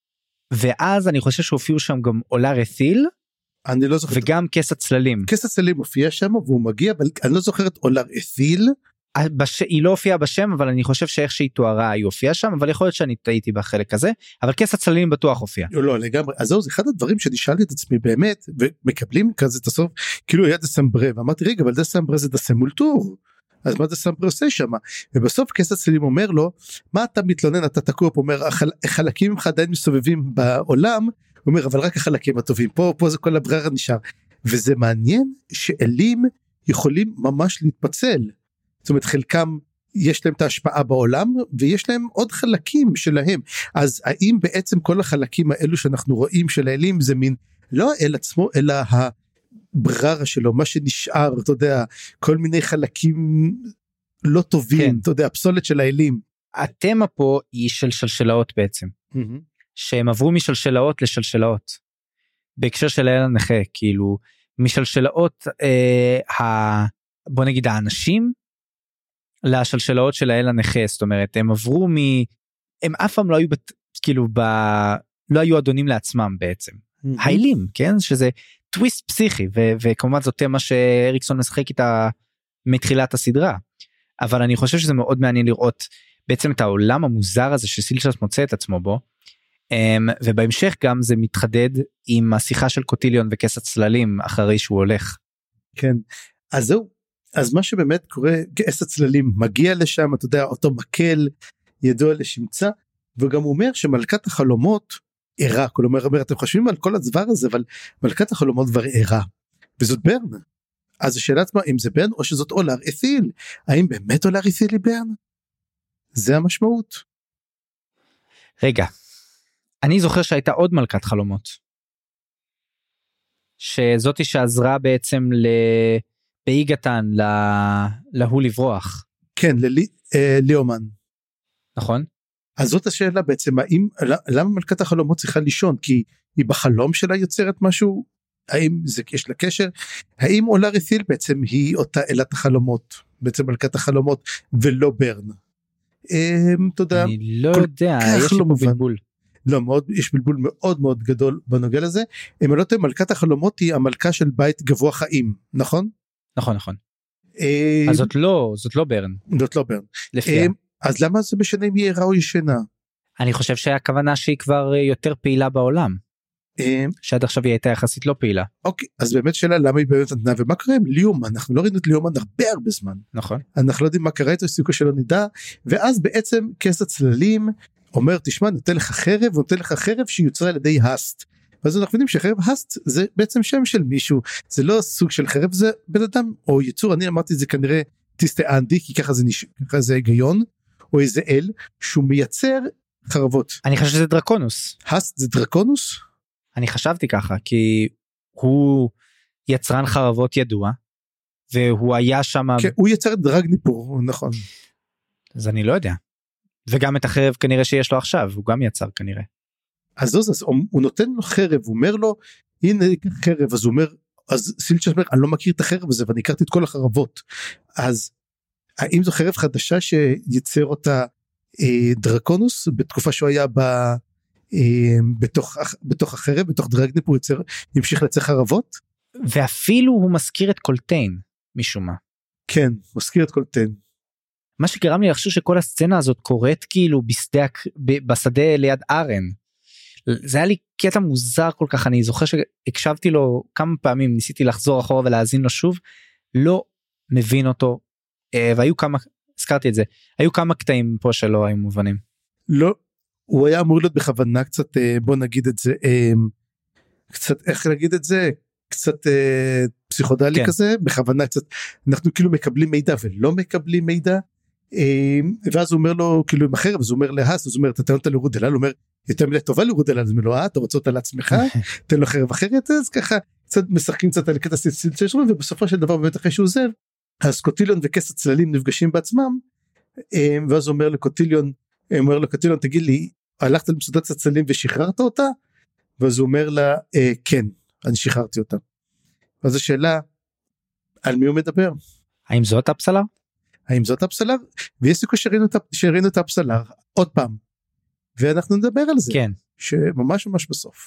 ואז אני חושב שהופיעו שם גם עולה רתיל, אני לא זוכר. וגם כס הצללים. כס הצללים מופיע שם, והוא מגיע, אבל אני לא זוכר את עולה רתיל, בש... היא לא הופיעה בשם, אבל אני חושב שאיך שהיא תוארה היא הופיעה שם, אבל יכול להיות שאני טעיתי בחלק הזה, אבל כס הצללים בטוח הופיע. לא, לגמרי, אז זהו, זה אחד הדברים שנשאלתי את עצמי באמת, ומקבלים כזה את הסוף, כאילו היה דסמברה, ואמרתי רגע, אבל דסמברה זה דסמולטור, אז מה דסמברה עושה שם? ובסוף כס הצללים אומר לו, מה אתה מתלונן, אתה תקוע פה, אומר, החלקים ממך עדיין מסובבים בעולם, הוא אומר, אבל רק החלקים הטובים, פה, פה זה כל הברירה נשאר, וזה מעניין שאלים יכולים ממש להתפצל, זאת אומרת חלקם יש להם את ההשפעה בעולם ויש להם עוד חלקים שלהם, אז האם בעצם כל החלקים האלו שאנחנו רואים של האלים זה מין לא האל עצמו אלא הבררה שלו, מה שנשאר, אתה יודע, כל מיני חלקים לא טובים, כן. אתה יודע, הפסולת של האלים. התמה פה היא של שלשלאות בעצם, mm-hmm. שהם עברו משלשלאות לשלשלאות, בהקשר של האל הנכה, כאילו משלשלאות אה, ה... בוא נגיד האנשים, לשלשלאות של האל הנכה, זאת אומרת, הם עברו מ... הם אף פעם לא היו, בת... כאילו, ב... לא היו אדונים לעצמם בעצם. Mm-hmm. האלים, כן? שזה טוויסט פסיכי, ו... וכמובן זאת מה שאריקסון משחק איתה מתחילת הסדרה. אבל אני חושב שזה מאוד מעניין לראות בעצם את העולם המוזר הזה שסילצ'ס מוצא את עצמו בו, ובהמשך גם זה מתחדד עם השיחה של קוטיליון וכס הצללים אחרי שהוא הולך. כן, אז זהו. אז מה שבאמת קורה, כס הצללים מגיע לשם, אתה יודע, אותו מקל ידוע לשמצה, וגם הוא אומר שמלכת החלומות ערה, כלומר, אומר, אתם חושבים על כל הדבר הזה, אבל מלכת החלומות כבר ערה, וזאת ברן. אז השאלה עצמה, אם זה ברן או שזאת אולר אתיל, האם באמת אולר אתיל היא ברן? זה המשמעות. רגע, אני זוכר שהייתה עוד מלכת חלומות, שזאתי שעזרה בעצם ל... באיגתן להוא לברוח. כן, לליאומן. נכון. אז זאת השאלה בעצם, האם, למה מלכת החלומות צריכה לישון? כי היא בחלום שלה יוצרת משהו? האם זה, יש לה קשר? האם עולה רתיל בעצם היא אותה אלת החלומות, בעצם מלכת החלומות, ולא ברן? תודה. אני לא יודע, יש לי פה בלבול. לא, מאוד, יש בלבול מאוד מאוד גדול בנוגע לזה. אם לא תהיה, מלכת החלומות היא המלכה של בית גבוה חיים, נכון? נכון, נכון. אז זאת לא, זאת לא ברן. זאת לא ברן. אז למה זה משנה אם היא ערה או ישנה? אני חושב שהכוונה שהיא כבר יותר פעילה בעולם. שעד עכשיו היא הייתה יחסית לא פעילה. אוקיי, אז באמת שאלה למה היא באמת נתנה, ומה קרה עם ליאומן? אנחנו לא ראינו את ליאומן הרבה הרבה זמן. נכון. אנחנו לא יודעים מה קרה איתו, סיכוי שלא נדע, ואז בעצם כס הצללים אומר, תשמע, נותן לך חרב, ונותן לך חרב שיוצרה על ידי הסט. ואז אנחנו יודעים שחרב הסט זה בעצם שם של מישהו, זה לא סוג של חרב, זה בן אדם או יצור, אני אמרתי זה כנראה טיסטה אנדי, כי ככה זה, נש... ככה זה היגיון, או איזה אל, שהוא מייצר חרבות. אני חושב שזה דרקונוס. הסט זה דרקונוס? אני חשבתי ככה, כי הוא יצרן חרבות ידוע, והוא היה שם... כן, הוא יצר את דרגניפור, נכון. אז אני לא יודע. וגם את החרב כנראה שיש לו עכשיו, הוא גם יצר כנראה. אז, אז, אז הוא נותן לו חרב, הוא אומר לו, הנה חרב, אז הוא אומר, אז סילצ'ה אומר, אני לא מכיר את החרב הזה, ואני הכרתי את כל החרבות. אז האם זו חרב חדשה שיצר אותה אה, דרקונוס, בתקופה שהוא היה ב... בתוך, בתוך החרב, בתוך דרגניפור יצר, ימשיך לייצר חרבות? ואפילו הוא מזכיר את קולטיין, משום מה. כן, מזכיר את קולטיין. מה שגרם לי לחשוב שכל הסצנה הזאת קורית כאילו בשדה, בשדה ליד ארן. זה היה לי קטע מוזר כל כך, אני זוכר שהקשבתי לו כמה פעמים, ניסיתי לחזור אחורה ולהאזין לו שוב, לא מבין אותו, והיו כמה, הזכרתי את זה, היו כמה קטעים פה שלא היו מובנים. לא, הוא היה אמור להיות בכוונה קצת, בוא נגיד את זה, קצת, איך להגיד את זה, קצת פסיכודלי כן. כזה, בכוונה קצת, אנחנו כאילו מקבלים מידע ולא מקבלים מידע, ואז הוא אומר לו, כאילו עם החרב, אז הוא אומר להס, אז הוא אומר, אתה תן אותה לרודלה, הוא אומר, יותר מילה טובה לרודלה, אז הוא אומר לו, אה, אתה רוצה אותה לעצמך, תן לו חרב אחרת, אז ככה, קצת משחקים קצת על קטע סילצ'ה שרואים, ובסופו של דבר באמת אחרי שהוא עוזב, אז קוטיליון וכס הצללים נפגשים בעצמם, ואז הוא אומר לקוטיליון, הוא אומר לקוטיליון, תגיד לי, הלכת למסודת הצללים ושחררת אותה? ואז הוא אומר לה, כן, אני שחררתי אותה. אז השאלה, על מי הוא מדבר? האם זאת הפסלר? האם זאת הפסלר? ויש סיכוי שראינו את הפסלר, עוד פעם, ואנחנו נדבר על זה, כן. שממש ממש בסוף.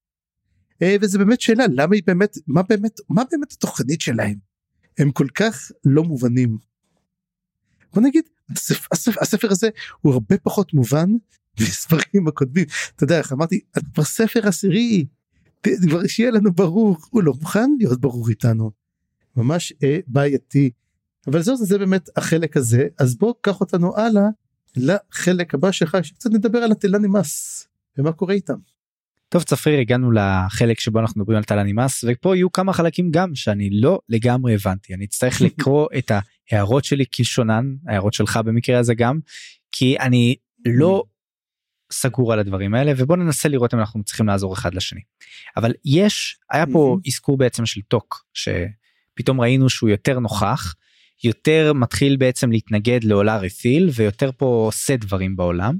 וזה באמת שאלה, למה היא באמת, מה באמת, מה באמת התוכנית שלהם? הם כל כך לא מובנים. בוא נגיד, הספר, הספר, הספר הזה הוא הרבה פחות מובן, בספרים הקודמים, אתה יודע איך אמרתי, כבר ספר עשירי, כבר שיהיה לנו ברור, הוא לא מוכן להיות ברור איתנו, ממש אה, בעייתי, אבל זה, זה באמת החלק הזה, אז בוא קח אותנו הלאה, לחלק הבא שלך, שקצת נדבר על הטלנימאס, ומה קורה איתם. טוב צפריר, הגענו לחלק שבו אנחנו מדברים על טלנימאס, ופה יהיו כמה חלקים גם שאני לא לגמרי הבנתי, אני אצטרך לקרוא את ההערות שלי כלשונן, ההערות שלך במקרה הזה גם, כי אני לא סגור על הדברים האלה, ובוא ננסה לראות אם אנחנו צריכים לעזור אחד לשני. אבל יש, היה פה עסקור בעצם של טוק, שפתאום ראינו שהוא יותר נוכח, יותר מתחיל בעצם להתנגד לעולה רתיל, ויותר פה עושה דברים בעולם,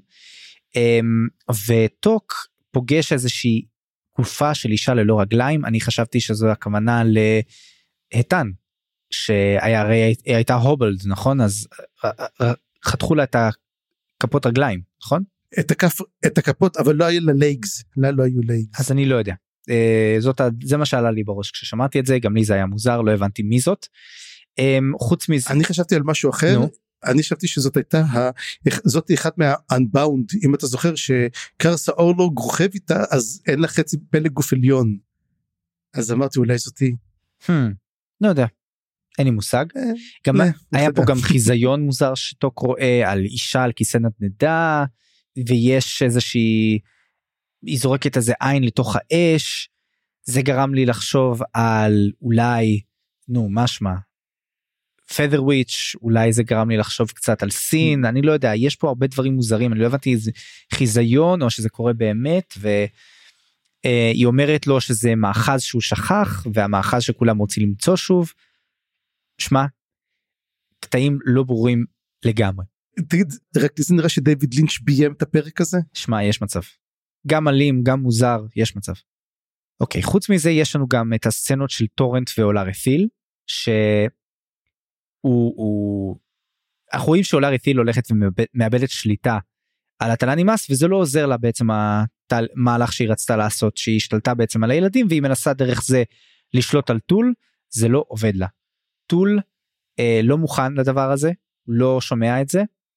וטוק פוגש איזושהי גופה של אישה ללא רגליים, אני חשבתי שזו הכוונה להטן, שהיה הרי הייתה הובלד, נכון? אז חתכו לה את הכפות רגליים, נכון? את הכף, את הכפות, אבל לא היו לה לייגס, לא, לא היו לייגס. אז אני לא יודע. זאת, זה מה שעלה לי בראש כששמעתי את זה, גם לי זה היה מוזר, לא הבנתי מי זאת. חוץ מזה. אני חשבתי על משהו אחר, נו. אני חשבתי שזאת הייתה, זאת אחת מה-unbound, אם אתה זוכר שקרסה אורלוג רוכב איתה, אז אין לה חצי פלג גוף עליון. אז אמרתי אולי זאתי. לא יודע, אין לי מושג. גם היה פה גם חיזיון מוזר שטוק רואה על אישה על כיסא נדנדה, ויש איזושהי, היא זורקת איזה עין לתוך האש, זה גרם לי לחשוב על אולי, נו משמע, פדר וויץ', אולי זה גרם לי לחשוב קצת על סין, אני לא יודע, יש פה הרבה דברים מוזרים, אני לא הבנתי איזה חיזיון, או שזה קורה באמת, והיא אומרת לו שזה מאחז שהוא שכח, והמאחז שכולם רוצים למצוא שוב, שמה, קטעים לא ברורים לגמרי. תגיד, רק זה נראה שדייוויד לינץ' ביים את הפרק הזה? שמה, יש מצב. גם אלים, גם מוזר, יש מצב. אוקיי, חוץ מזה יש לנו גם את הסצנות של טורנט ועולה רתיל, ש... הוא, הוא, אנחנו רואים שעולה רתיל הולכת ומאבדת שליטה על הטלנימאס, וזה לא עוזר לה בעצם המהלך שהיא רצתה לעשות, שהיא השתלטה בעצם על הילדים, והיא מנסה דרך זה לשלוט על טול, זה לא עובד לה. טול אה, לא מוכן לדבר הזה, לא שומע את זה,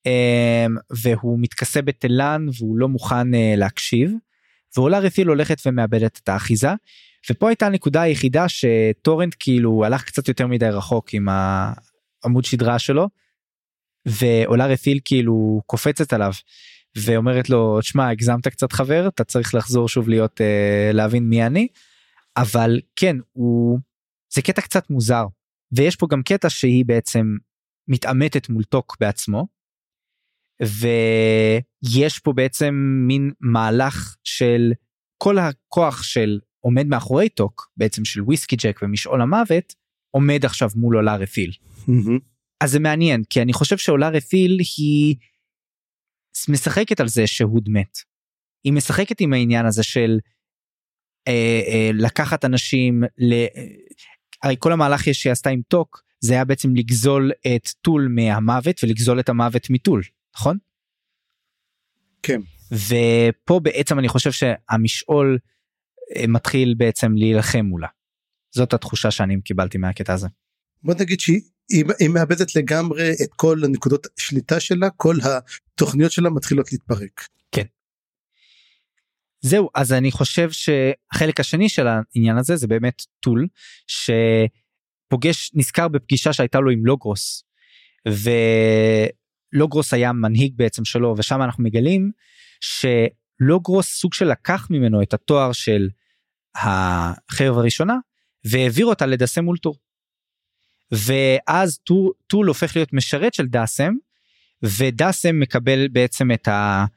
והוא מתכסה בתלן והוא לא מוכן להקשיב, ועולה רתיל הולכת ומאבדת את האחיזה, ופה הייתה הנקודה היחידה שטורנט כאילו הלך קצת יותר מדי רחוק עם העמוד שדרה שלו, ועולה רתיל כאילו קופצת עליו, ואומרת לו, תשמע, הגזמת קצת חבר, אתה צריך לחזור שוב להיות, להבין מי אני, אבל כן, הוא, זה קטע קצת מוזר, ויש פה גם קטע שהיא בעצם מתעמתת מול טוק בעצמו, ויש פה בעצם מין מהלך של כל הכוח של עומד מאחורי טוק, בעצם של וויסקי ג'ק ומשעול המוות, עומד עכשיו מול עולה רתיל. Mm-hmm. אז זה מעניין, כי אני חושב שעולה רתיל היא משחקת על זה שהוד מת. היא משחקת עם העניין הזה של אה, אה, לקחת אנשים, ל... הרי כל המהלך שהיא עשתה עם טוק, זה היה בעצם לגזול את טול מהמוות, ולגזול את המוות מטול, נכון? כן. ופה בעצם אני חושב שהמשעול מתחיל בעצם להילחם מולה. זאת התחושה שאני קיבלתי מהקטע הזה. בוא נגיד שהיא היא מאבדת לגמרי את כל הנקודות שליטה שלה, כל התוכניות שלה מתחילות להתפרק. כן. זהו, אז אני חושב שהחלק השני של העניין הזה, זה באמת טול, שפוגש, נזכר בפגישה שהייתה לו עם לוגרוס, ולוגרוס היה מנהיג בעצם שלו, ושם אנחנו מגלים, שלוגרוס סוג של לקח ממנו את התואר של החרב הראשונה, והעביר אותה לדסם מולטור. ואז טול, טול הופך להיות משרת של דסם, ודסם מקבל בעצם את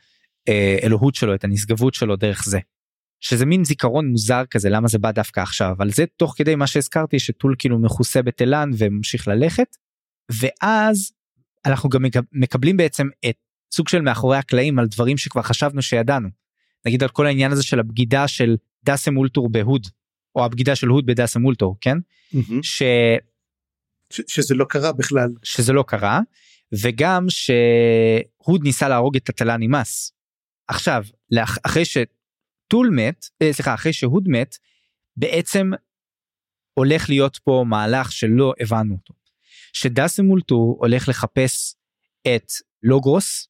האלוהות שלו, את הנשגבות שלו דרך זה. שזה מין זיכרון מוזר כזה, למה זה בא דווקא עכשיו, אבל זה תוך כדי מה שהזכרתי, שטול כאילו מכוסה בתלן וממשיך ללכת, ואז אנחנו גם מקבלים בעצם את סוג של מאחורי הקלעים, על דברים שכבר חשבנו שידענו. נגיד על כל העניין הזה של הבגידה של דסם מולטור בהוד, או הבגידה של הוד בדסם מולטור, כן? Mm-hmm. ש... ש... שזה לא קרה בכלל. שזה לא קרה, וגם שהוד ניסה להרוג את התלן נימאס. עכשיו, אחרי שטול מת, סליחה, אחרי שהוד מת, בעצם הולך להיות פה מהלך שלא הבנו אותו. שדסם מולטור הולך לחפש את לוגרוס,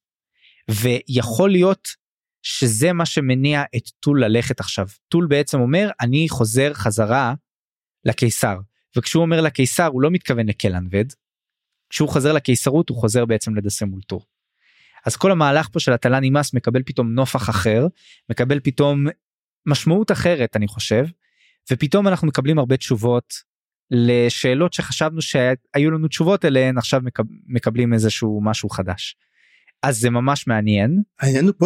ויכול להיות שזה מה שמניע את טול ללכת עכשיו. טול בעצם אומר, אני חוזר חזרה לקיסר, וכשהוא אומר לקיסר, הוא לא מתכוון לקלנבד, כשהוא חוזר לקיסרות, הוא חוזר בעצם לדסם מולטור. אז כל המהלך פה של התלן נימאס, מקבל פתאום נופח אחר, מקבל פתאום משמעות אחרת, אני חושב, ופתאום אנחנו מקבלים הרבה תשובות, לשאלות שחשבנו שהיו לנו תשובות אליהן, עכשיו מקבלים איזשהו משהו חדש. אז זה ממש מעניין. העניין הוא פה,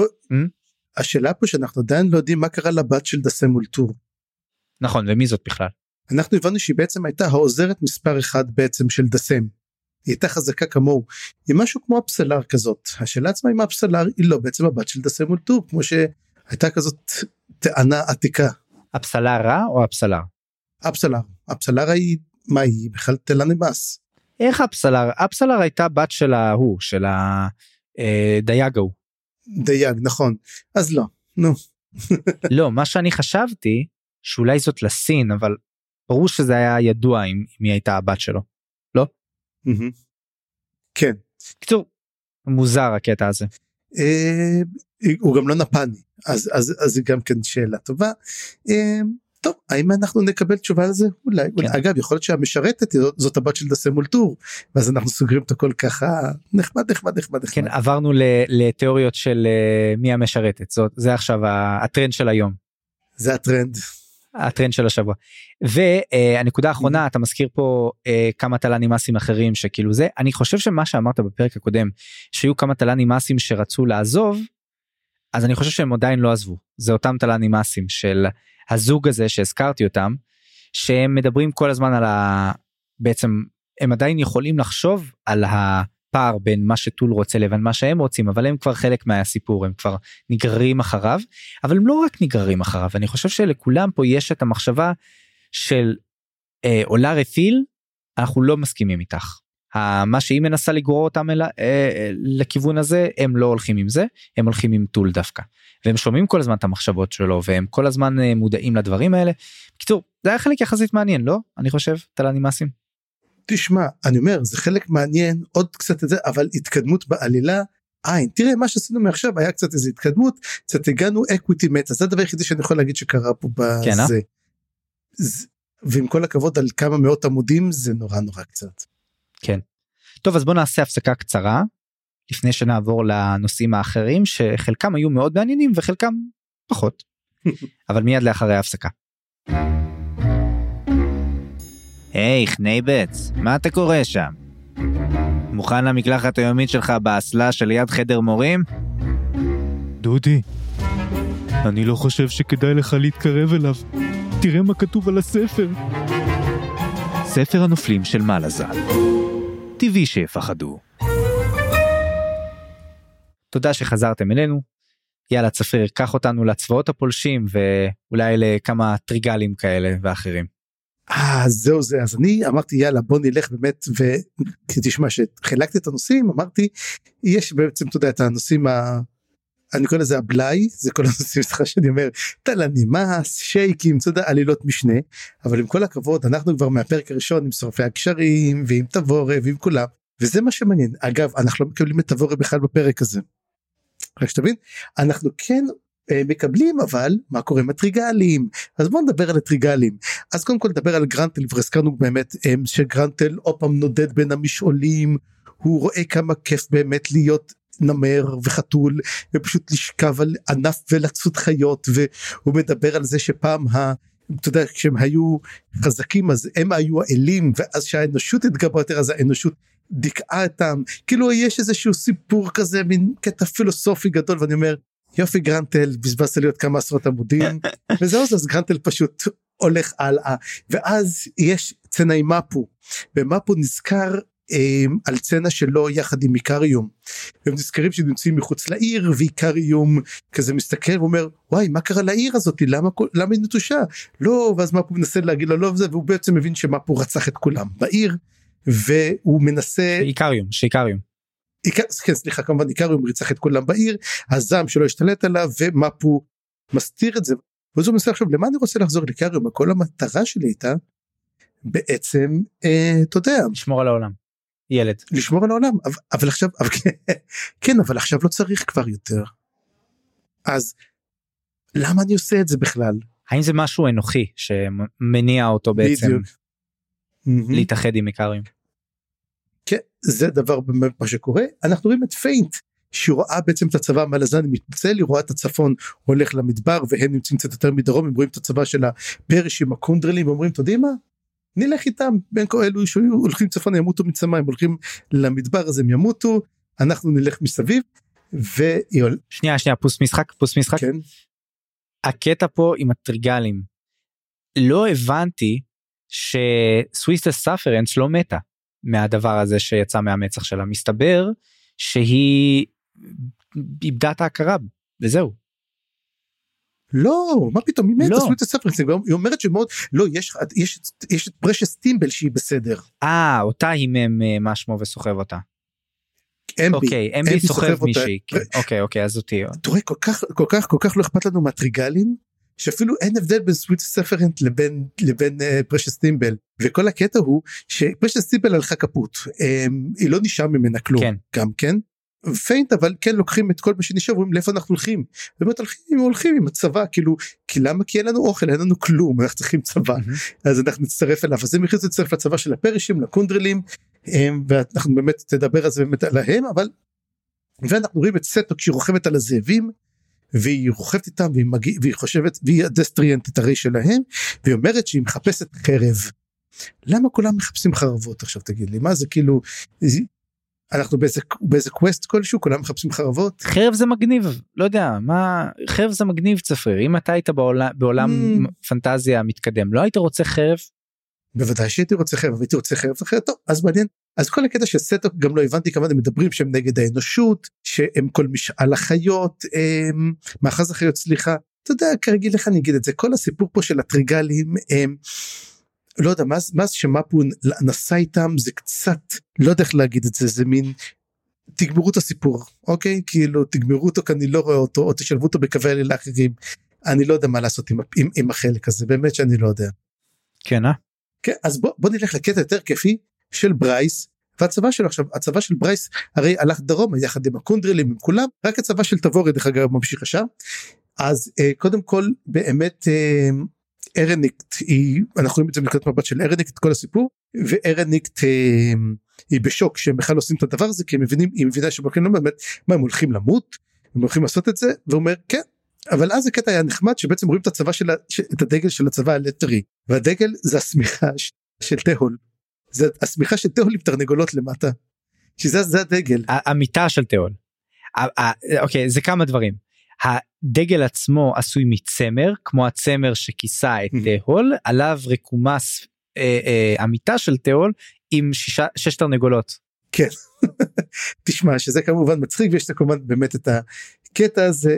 השאלה פה שאנחנו עדיין לא יודעים מה קרה לבת של דסם מולטור. נכון, ומי זאת בכלל? אנחנו הבנו שהיא בעצם הייתה העוזרת מספר אחד בעצם של דסם. היא הייתה חזקה כמוהו. היא משהו כמו הפסלר כזאת. השאלה עצמה אם הפסלר היא לא בעצם הבת של דסם מולטור, כמו שהייתה כזאת טענה עתיקה. הפסלר רע או הפסלר? הפסלר. הפסלר היא, מה היא? בכלל תלן נימאס. איך הפסלר? הפסלר הייתה בת של ההוא, של הדייג ההוא. דייג, נכון. אז לא, נו. לא, מה שאני חשבתי, שאולי זאת לסין, אבל ברור שזה היה ידוע אם היא הייתה הבת שלו. לא? כן. קצור, מוזר הקטע הזה. הוא גם לא נפני, אז זה גם כן שאלה טובה. טוב, האם אנחנו נקבל תשובה על זה? אולי, אולי. אגב, יכול להיות שהמשרתת זאת הבת של דסם מולטור, ואז אנחנו סוגרים את הכל ככה, נחמד, נחמד, נחמד. כן, עברנו לתיאוריות של מי המשרתת, זה עכשיו הטרנד של היום. זה הטרנד. הטרנד של השבוע. והנקודה האחרונה, אתה מזכיר פה כמה תלן נימאסים אחרים שכאילו זה, אני חושב שמה שאמרת בפרק הקודם, שהיו כמה תלן נימאסים שרצו לעזוב, אז אני חושב שהם עדיין לא עזבו. זה אותם תלן נימאסים של הזוג הזה שהזכרתי אותם, שהם מדברים כל הזמן על ה... בעצם הם עדיין יכולים לחשוב על הפער בין מה שטול רוצה לבין מה שהם רוצים, אבל הם כבר חלק מהסיפור, הם כבר נגררים אחריו, אבל הם לא רק נגררים אחריו, אני חושב שלכולם פה יש את המחשבה של אה, עולה רתיל, אנחנו לא מסכימים איתך. מה שהיא מנסה לגרור אותם אל, אה, לכיוון הזה, הם לא הולכים עם זה, הם הולכים עם טול דווקא. והם שומעים כל הזמן את המחשבות שלו, והם כל הזמן מודעים לדברים האלה. בקיצור, זה היה חלק יחסית מעניין, לא? אני חושב, תלן נימאסים. תשמע, אני אומר, זה חלק מעניין, עוד קצת את זה, אבל התקדמות בעלילה, עין, תראה מה שעשינו מעכשיו, היה קצת איזו התקדמות, קצת הגענו אקוויטי מטה, זה הדבר היחידי שאני יכול להגיד שקרה פה בזה, כן, אה? זה, ועם כל הכבוד על כמה מאות עמודים, זה נורא נורא קצת. כן. טוב, אז בוא נעשה הפסקה קצרה, לפני שנעבור לנושאים האחרים, שחלקם היו מאוד מעניינים, וחלקם פחות. אבל מיד לאחרי ההפסקה. היי, חנייבץ, מה אתה קורא שם? מוכן למקלחת היומית שלך באסלה שליד חדר מורים? דודי, אני לא חושב שכדאי לך להתקרב אליו. תראה מה כתוב על הספר. ספר הנופלים של מלאזן. טבעי שיפחדו. תודה שחזרתם אלינו. יאללה צפיר, קח אותנו לצבאות הפולשים, ואולי לכמה טריגלים כאלה ואחרים. אה, זהו זה, אז אני אמרתי יאללה בוא נלך באמת, ותשמע שחילקתי את הנושאים, אמרתי, יש בעצם, אתה יודע, את הנושאים, ה... אני קורא לזה הבלאי, זה כל הנושאים שלך שאני אומר, תלני מס, שייקים, אתה יודע, עלילות משנה, אבל עם כל הכבוד, אנחנו כבר מהפרק הראשון, עם שורפי הקשרים, ועם תבורה, ועם כולם, וזה מה שמעניין. אגב, אנחנו לא מקבלים את תבורה בכלל בפרק הזה. רק שתבין, אנחנו כן מקבלים, אבל מה קורה עם הטריגלים? אז בואו נדבר על הטריגלים. אז קודם כל נדבר על גרנטל, והזכרנו באמת שגרנטל עוד פעם נודד בין המשעולים, הוא רואה כמה כיף באמת להיות נמר וחתול, ופשוט לשכב על ענף ולצוד חיות, והוא מדבר על זה שפעם ה... אתה יודע, כשהם היו חזקים, אז הם היו האלים, ואז שהאנושות התגברה יותר, אז האנושות דיכאה אותם, כאילו יש איזשהו סיפור כזה, מין קטע פילוסופי גדול, ואני אומר, יופי גרנטל, בזבזת להיות כמה עשרות עמודים, וזהו, אז גרנטל פשוט הולך הלאה, ואז יש צנה עם מפו, ומפו נזכר אה, על צנה שלו יחד עם איקריום, והם נזכרים שנמצאים מחוץ לעיר, ואיקריום כזה מסתכל ואומר, וואי, מה קרה לעיר הזאת? למה, למה היא נטושה? לא, ואז מפו מנסה להגיד לו לא וזה, והוא בעצם מבין שמפו רצח את כולם בעיר, והוא מנסה... איקריום, שאיקריום. כן, סליחה, כמובן איקריום רצח את כולם בעיר, הזעם שלו השתלט עליו, ומפו מסתיר את זה, ואז הוא מנסה עכשיו, למה אני רוצה לחזור לאיקריום? כל המטרה שלי הייתה, בעצם, אה, אתה יודע... לשמור על העולם, ילד. לשמור על העולם, אבל, אבל עכשיו, אבל, כן, אבל עכשיו לא צריך כבר יותר. אז, למה אני עושה את זה בכלל? האם זה משהו אנוכי, שמניע אותו בעצם, בדיוק. להתאחד עם איקריום? כן, זה דבר באמת מה שקורה. אנחנו רואים את פיינט, שהיא רואה בעצם את הצבא המלאזן מתפצל, היא רואה את הצפון הולך למדבר, והם נמצאים קצת יותר מדרום, הם רואים את הצבא של הפרש עם הקונדרלים, ואומרים, אתה יודע מה? נלך איתם, בין כל אלו שהולכים צפון, ימותו מצמא, הם הולכים למדבר, אז הם ימותו, אנחנו נלך מסביב, ו... שנייה, שנייה, פוס משחק, פוס משחק. כן. הקטע פה עם הטריגלים, לא הבנתי שסוויסטה סאפרנס לא מתה, מהדבר הזה שיצא מהמצח שלה, מסתבר שהיא איבדה את ההכרה, וזהו. לא, מה פתאום, היא מתה, לא. סוויסטה סאפרנס, היא אומרת שמאוד, לא, יש, יש, יש את פרשס טימבל שהיא בסדר. אה, אותה היא מה שמו וסוחב אותה. אמבי, אוקיי, אמבי סוחב מישהי, אוקיי, אוקיי, אז אותי. תראה, כל כך, כל כך, כל כך לא אכפת לנו מהטריגלים, שאפילו אין הבדל בין סוויסטה סאפרנס לבין, לבין uh, פרשס טימבל, וכל הקטע הוא שפרשס טימבל הלכה כפות, um, היא לא נשאר ממנה כלום, כן. גם כן, פיינט, אבל כן לוקחים את כל מה שנשאר, ואומרים לאיפה אנחנו הולכים, באמת הולכים, הולכים עם הצבא, כאילו, כי למה? כי אין לנו אוכל, אין לנו כלום, אנחנו צריכים צבא, mm-hmm. אז אנחנו נצטרף אליו, אז הם יכולים להצטרף לצבא של הפרשים, לקונדרלים, um, ואנחנו באמת תדבר על זה באמת עליהם, אבל, ואנחנו רואים את סטו כשהיא רוכבת על הזאבים, והיא רוכבת איתם, והיא, מגיע, והיא חושבת, והיא הדסטריאנט את הרי שלהם, והיא אומרת שהיא מחפשת חרב. למה כולם מחפשים חרבות? עכשיו תגיד לי, מה זה כאילו, אנחנו באיזה, באיזה קווסט כלשהו, כולם מחפשים חרבות? חרב זה מגניב, לא יודע, מה, חרב זה מגניב צפריר, אם אתה היית בעולם, בעולם mm. פנטזיה מתקדם, לא היית רוצה חרב? בוודאי שהייתי רוצה חרב, והייתי רוצה חרב אחרת, טוב, אז מעניין. אז כל הקטע של סטו גם לא הבנתי כמה הם מדברים שהם נגד האנושות, שהם כל משאל החיות, הם, מאחז החיות, סליחה, אתה יודע, כרגיל לך אני אגיד את זה, כל הסיפור פה של הטריגלים, הם, לא יודע, מה, מה שמפו נסע איתם, זה קצת, לא יודע איך להגיד את זה, זה מין, תגמרו את הסיפור, אוקיי? כאילו, תגמרו אותו כי אני לא רואה אותו, או תשלבו אותו בקווי הלילה אחרים, אני לא יודע מה לעשות עם, עם, עם החלק הזה, באמת שאני לא יודע. כן, אה? כן, אז בוא, בוא נלך לקטע יותר כיפי, של ברייס והצבא שלו עכשיו, הצבא של ברייס הרי הלך דרום יחד עם הקונדרלים עם כולם, רק הצבא של תבורי דרך אגב ממשיך עכשיו. אז אה, קודם כל באמת אה, ארניקט היא, אנחנו רואים את זה מנקודת מבט של ארניקט את כל הסיפור, וארניקט אה, היא בשוק שהם בכלל עושים את הדבר הזה, כי הם מבינים, היא מבינה שהם הולכים באמת, מה הם הולכים למות, הם הולכים לעשות את זה, ואומר כן, אבל אז הקטע היה נחמד שבעצם רואים את הצבא של, את הדגל של הצבא הלטרי, והדגל זה הסמיכה של תהול, זה הסמיכה של תהול עם תרנגולות למטה, שזה זה הדגל. המיטה של תהול. אוקיי, זה כמה דברים. הדגל עצמו עשוי מצמר, כמו הצמר שכיסה את תהול, עליו רקומס המיטה של תהול עם שש תרנגולות. כן, תשמע שזה כמובן מצחיק, ויש כמובן באמת את הקטע הזה,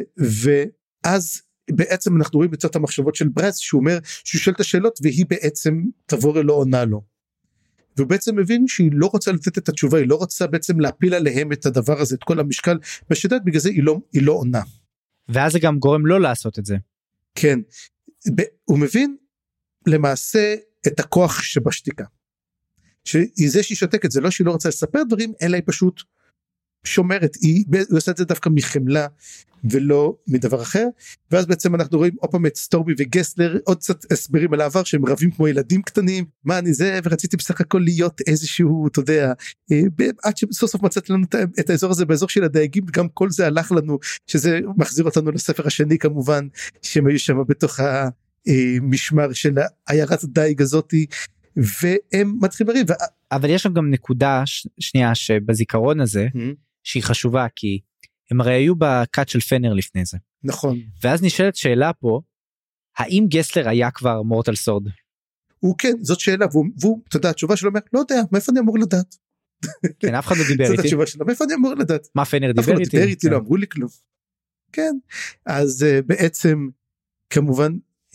ואז בעצם אנחנו רואים את המחשבות של ברייס, שהוא אומר שהוא שואל את השאלות, והיא בעצם תבורי לא עונה לו. והוא בעצם מבין שהיא לא רוצה לתת את התשובה, היא לא רוצה בעצם להפיל עליהם את הדבר הזה, את כל המשקל, בשדעת בגלל זה היא לא, היא לא עונה. ואז זה גם גורם לא לעשות את זה. כן, הוא מבין למעשה את הכוח שבשתיקה. שהיא זה שהיא שותקת, זה לא שהיא לא רוצה לספר דברים, אלא היא פשוט שומרת, היא, היא עושה את זה דווקא מחמלה, ולא מדבר אחר, ואז בעצם אנחנו רואים עוד פעם את סטורמי וגסלר, עוד קצת הסברים על העבר, שהם רבים כמו ילדים קטנים, מה אני זה, ורציתי בסך הכל להיות איזשהו, אתה יודע, עד שסוף סוף מצאתי לנו את האזור הזה, באזור של הדייגים, גם כל זה הלך לנו, שזה מחזיר אותנו לספר השני כמובן, שהם היו שם בתוך המשמר של עיירת הדייג הזאתי, והם מתחילים לריב. אבל יש שם גם נקודה שנייה שבזיכרון הזה, שהיא חשובה, כי הם הרי היו בקאט של פנר לפני זה. נכון. ואז נשאלת שאלה פה, האם גסלר היה כבר מורטל סורד? הוא כן, זאת שאלה, והוא, והוא אתה יודע, התשובה שלו אומר, לא יודע, מאיפה אני אמור לדעת? כן, אף אחד לא דיבר איתי. זאת התשובה שלו, מאיפה אני אמור לדעת? מה פנר דיבר איתי? אף אחד לא דיבר איתי, לא אמרו לי כלום. כן, אז בעצם, כמובן,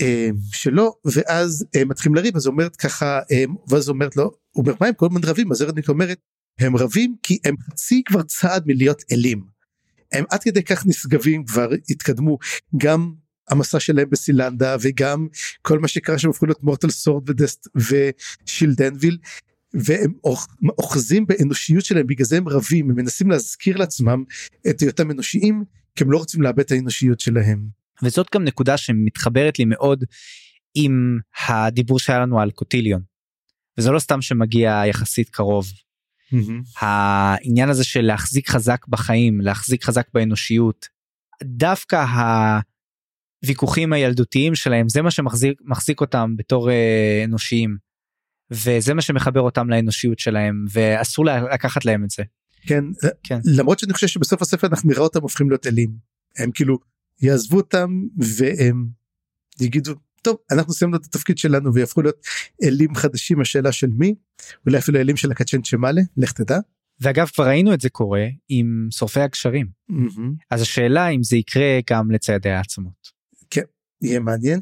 שלא, ואז מתחילים לריב, אז אומרת ככה, ואז אומרת לו, הוא אומר, מה הם כל הזמן רבים? אז ארניקט אומרת, הם רבים כי הם חצי כבר צעד מלהיות אלים. הם עד כדי כך נשגבים כבר התקדמו, גם המסע שלהם בסילנדה, וגם כל מה שקרה שהם הפכו להיות מורטל סורד ודסט ושילדנביל, והם אוחזים באנושיות שלהם, בגלל זה הם רבים, הם מנסים להזכיר לעצמם את היותם אנושיים, כי הם לא רוצים לאבד את האנושיות שלהם. וזאת גם נקודה שמתחברת לי מאוד עם הדיבור שהיה לנו על קוטיליון, וזה לא סתם שמגיע יחסית קרוב, mm-hmm. העניין הזה של להחזיק חזק בחיים, להחזיק חזק באנושיות, דווקא הוויכוחים הילדותיים שלהם, זה מה שמחזיק מחזיק אותם בתור אנושיים, וזה מה שמחבר אותם לאנושיות שלהם, ואסור לקחת להם את זה. כן, כן. למרות שאני חושב שבסוף הספר אנחנו נראה אותם הופכים להיות אלים, הם כאילו יעזבו אותם והם יגידו, טוב, אנחנו סיימנו את התפקיד שלנו ויהפכו להיות אלים חדשים, השאלה של מי, אולי אפילו אלים של הקצ'ן שמאלה, לך תדע. ואגב, כבר ראינו את זה קורה עם שורפי הקשרים. Mm-hmm. אז השאלה אם זה יקרה גם לציידי העצמות. כן, יהיה מעניין.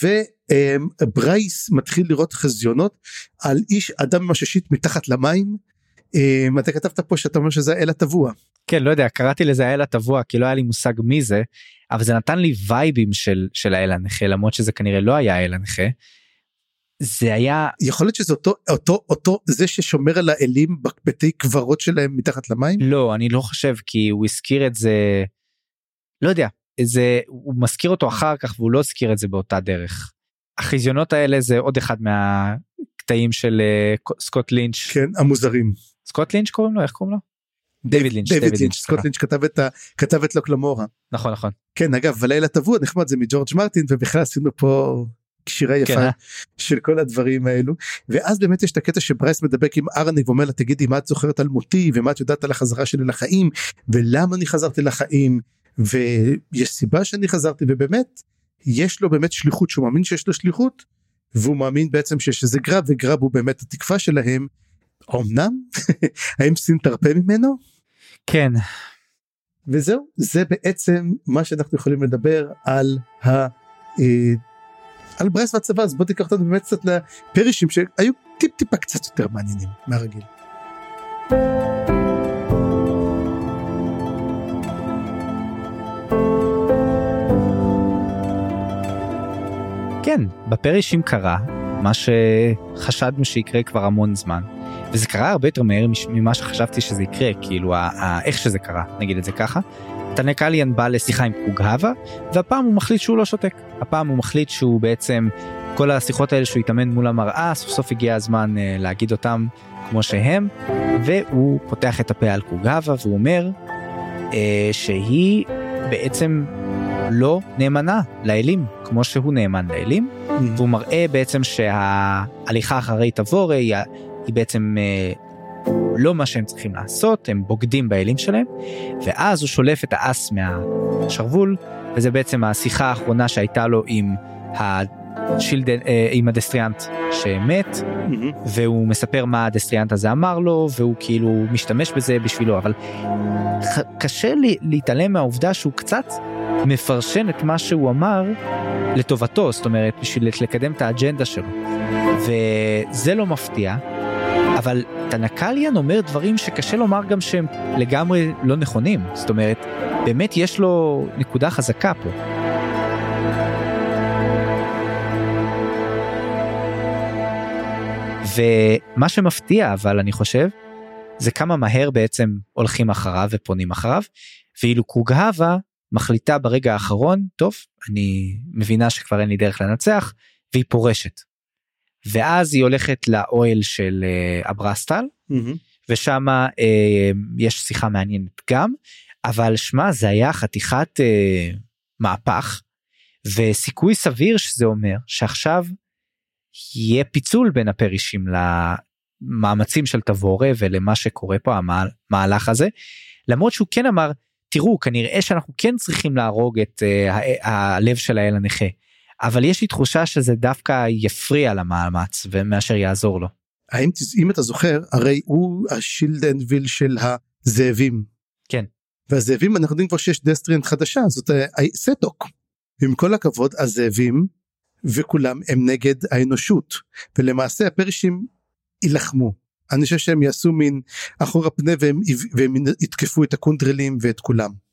וברייס מתחיל לראות חזיונות על איש אדם ממששית מתחת למים, אתה כתבת פה שאתה אומר שזה האל הטבוע. כן, לא יודע, קראתי לזה האל הטבוע, כי לא היה לי מושג מי זה, אבל זה נתן לי וייבים של, של האל הנכה, למרות שזה כנראה לא היה האל הנכה. זה היה... יכול להיות שזה אותו, אותו, אותו, זה ששומר על האלים בבתי קברות שלהם מתחת למים? לא, אני לא חושב, כי הוא הזכיר את זה, לא יודע, זה, הוא מזכיר אותו אחר כך, והוא לא הזכיר את זה באותה דרך. החזיונות האלה זה עוד אחד מהקטעים של uh, סקוט לינץ'. כן, המוזרים. סקוט לינץ' קוראים לו? איך קוראים לו? דיוויד לינץ'. דיוויד לינץ', סקוט לינץ' כתב את, כתב את לוקלמורה. נכון, נכון. כן, אגב, ולילה טבוע, נחמד, זה מג'ורג' מרטין, ובכלל עשינו פה קשירה יפה כן, של כל הדברים האלו, ואז באמת יש את הקטע שברייס מדבק עם ארניק, ואומר לה, תגידי, מה את זוכרת על מותי, ומה את יודעת על החזרה שלי לחיים, ולמה אני חזרתי לחיים, ויש סיבה שאני חזרתי, ובאמת, יש לו באמת שליחות, שהוא מאמין שיש לו שליחות, והוא מאמין בעצם שיש איזה גרב, וגרב הוא באמת התקווה שלהם, אמנם, האם סין תרפה ממנו? כן. וזהו, זה בעצם מה שאנחנו יכולים לדבר על ה... על ברייס והצבא, אז בוא תיקח אותנו באמת קצת לפרישים, שהיו טיפ טיפה קצת יותר מעניינים מהרגיל. כן, בפרישים קרה, מה שחשדנו שיקרה כבר המון זמן, וזה קרה הרבה יותר מהר ממה שחשבתי שזה יקרה, כאילו איך שזה קרה, נגיד את זה ככה. תנקליאן בא לשיחה עם קוגהבה, והפעם הוא מחליט שהוא לא שותק. הפעם הוא מחליט שהוא בעצם, כל השיחות האלה שהוא יתאמן מול המראה, סוף סוף הגיע הזמן uh, להגיד אותם כמו שהם, והוא פותח את הפה על קוגהבה, והוא אומר uh, שהיא בעצם לא נאמנה לאלים, כמו שהוא נאמן לאלים, mm-hmm. והוא מראה בעצם שההליכה אחרי תבורי, היא, היא בעצם... Uh, לא מה שהם צריכים לעשות, הם בוגדים באלים שלהם, ואז הוא שולף את האס מהשרוול, וזה בעצם השיחה האחרונה שהייתה לו עם, השילד, עם הדסטריאנט שמת, mm-hmm. והוא מספר מה הדסטריאנט הזה אמר לו, והוא כאילו משתמש בזה בשבילו, אבל קשה לי להתעלם מהעובדה שהוא קצת מפרשן את מה שהוא אמר לטובתו, זאת אומרת, בשביל לקדם את האג'נדה שלו, וזה לא מפתיע, אבל תנקליאן אומר דברים שקשה לומר גם שהם לגמרי לא נכונים. זאת אומרת, באמת יש לו נקודה חזקה פה. ומה שמפתיע, אבל אני חושב, זה כמה מהר בעצם הולכים אחריו ופונים אחריו, ואילו קוגהבה מחליטה ברגע האחרון, טוב, אני מבינה שכבר אין לי דרך לנצח, והיא פורשת. ואז היא הולכת לאוהל של uh, אברסטל, mm-hmm. ושם uh, יש שיחה מעניינת גם, אבל שמה זה היה חתיכת uh, מהפך, וסיכוי סביר שזה אומר שעכשיו יהיה פיצול בין הפרישים למאמצים של תבורה ולמה שקורה פה המהלך הזה, למרות שהוא כן אמר, תראו, כנראה שאנחנו כן צריכים להרוג את uh, הלב של האל הנכה, אבל יש לי תחושה שזה דווקא יפריע למאמץ, ומאשר יעזור לו. האם, אם אתה זוכר, הרי הוא השילדנביל של הזאבים. כן. והזאבים, אנחנו יודעים כבר שיש דסטריאנט חדשה, זאת סטוק. ועם כל הכבוד, הזאבים, וכולם הם נגד האנושות. ולמעשה הפרישים ילחמו. אני חושב שהם יעשו מין אחורה פנה, והם, והם יתקפו את הקונדרלים ואת כולם.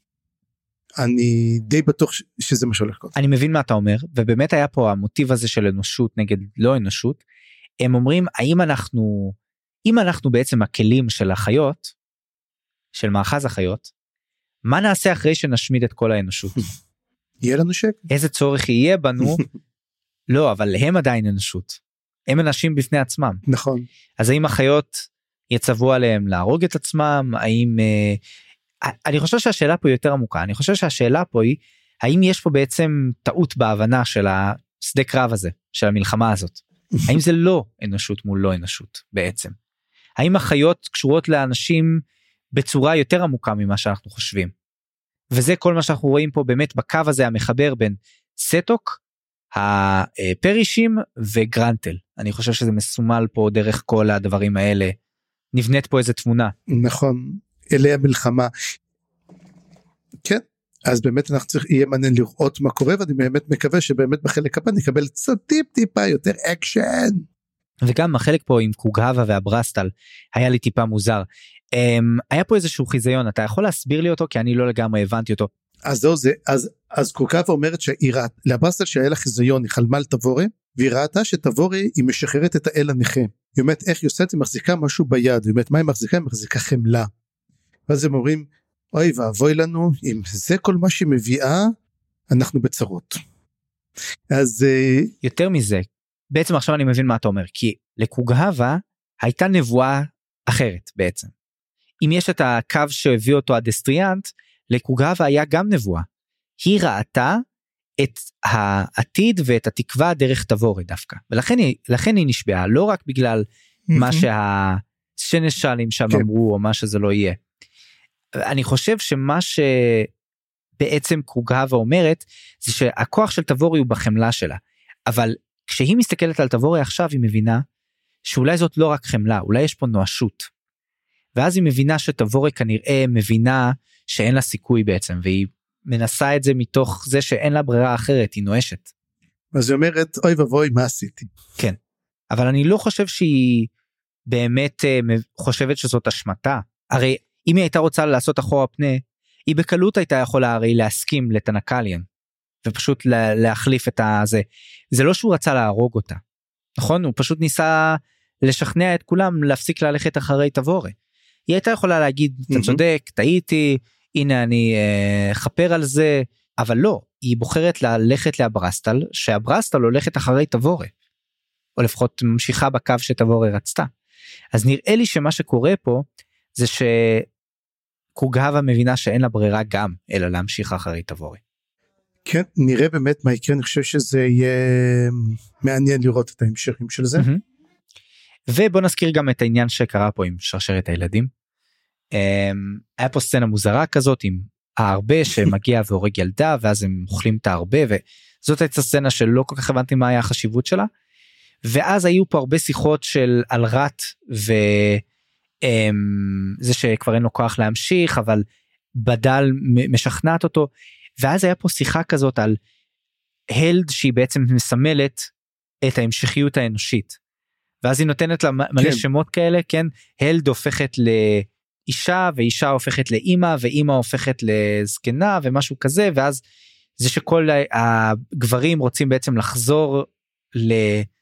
אני די בטוח שזה מה שהולך. אני מבין מה אתה אומר, ובאמת היה פה המוטיב הזה של אנושות נגד לא אנושות, הם אומרים, האם אנחנו, אם אנחנו בעצם הכלים של החיות, של מאחז החיות, מה נעשה אחרי שנשמיד את כל האנושות? יהיה לנו שקט. איזה צורך יהיה בנו? לא, אבל הם עדיין אנושות. הם אנשים בפני עצמם. נכון. אז האם החיות יצוו עליהם להרוג את עצמם? האם... אני חושב שהשאלה פה היא יותר עמוקה, אני חושב שהשאלה פה היא, האם יש פה בעצם טעות בהבנה של השדה קרב הזה, של המלחמה הזאת? האם זה לא אנושות מול לא אנושות בעצם? האם החיות קשורות לאנשים בצורה יותר עמוקה ממה שאנחנו חושבים? וזה כל מה שאנחנו רואים פה באמת בקו הזה המחבר בין סטוק, הפרישים וגרנטל. אני חושב שזה מסומל פה דרך כל הדברים האלה, נבנית פה איזה תמונה. נכון. אלי המלחמה. כן, אז באמת אנחנו צריך, יהיה מעניין לראות מה קורה, ואני באמת מקווה שבאמת בחלק הבא נקבל קצת טיפ טיפה יותר אקשן. וגם החלק פה עם קוגהבה והברסטל, היה לי טיפה מוזר. Um, היה פה איזשהו חיזיון, אתה יכול להסביר לי אותו? כי אני לא לגמרי הבנתי אותו. אז זהו זה, אז, אז קוגהבה אומרת שהיא ראתה, לברסטל שהיה לה חיזיון, היא חלמה על תבורה, והיא ראתה שתבורה היא משחררת את האל הנכה. היא אומרת איך היא עושה את זה, מחזיקה משהו ביד, היא אומרת מה היא מחזיקה? היא מחזיקה חמלה. ואז הם אומרים, אוי ואבוי לנו, אם זה כל מה שהיא מביאה, אנחנו בצרות. אז... יותר מזה, בעצם עכשיו אני מבין מה אתה אומר, כי לקוגהבה הייתה נבואה אחרת בעצם. אם יש את הקו שהביא אותו הדסטריאנט, לקוגהבה היה גם נבואה. היא ראתה את העתיד ואת התקווה דרך תבורה דווקא, ולכן היא, לכן היא נשבעה, לא רק בגלל מה שהשנשלים שם אמרו, או מה שזה לא יהיה. אני חושב שמה שבעצם קוגהבה אומרת, זה שהכוח של תבורי הוא בחמלה שלה, אבל כשהיא מסתכלת על תבורי עכשיו, היא מבינה שאולי זאת לא רק חמלה, אולי יש פה נואשות, ואז היא מבינה שתבורי כנראה מבינה שאין לה סיכוי בעצם, והיא מנסה את זה מתוך זה שאין לה ברירה אחרת, היא נואשת. אז היא אומרת, אוי ובוי, מה עשיתי? כן, אבל אני לא חושב שהיא באמת חושבת שזאת אשמתה, הרי אם היא הייתה רוצה לעשות אחורה פנה, היא בקלות הייתה יכולה הרי להסכים לתנקליאן, ופשוט להחליף את הזה. זה לא שהוא רצה להרוג אותה, נכון? הוא פשוט ניסה לשכנע את כולם להפסיק ללכת אחרי תבורה. היא הייתה יכולה להגיד, אתה צודק, טעיתי, הנה אני חפר על זה, אבל לא, היא בוחרת ללכת לאברסטל, שאברסטל הולכת אחרי תבורה, או לפחות ממשיכה בקו שתבורה רצתה. אז נראה לי שמה שקורה פה, זה שקוגהבה מבינה שאין לה ברירה גם, אלא להמשיך אחרי תבורה. כן, נראה באמת מה יקרה, אני חושב שזה יהיה מעניין לראות את ההמשכים של זה. ובוא נזכיר גם את העניין שקרה פה עם שרשרת הילדים. היה פה סצנה מוזרה כזאת עם ההרבה שמגיע והורג ילדה, ואז הם אוכלים את ההרבה, וזאת הייתה סצנה שלא כל כך הבנתי מה היה החשיבות שלה. ואז היו פה הרבה שיחות של על רת, וזה שכבר אין לו כוח להמשיך, אבל בדל משכנעת אותו, ואז היה פה שיחה כזאת על הלד שהיא בעצם מסמלת את ההמשכיות האנושית, ואז היא נותנת לה מלא כן. שמות כאלה, כן, הלד הופכת לאישה, ואישה הופכת לאימא, ואימא הופכת לזקנה, ומשהו כזה, ואז זה שכל הגברים רוצים בעצם לחזור ל...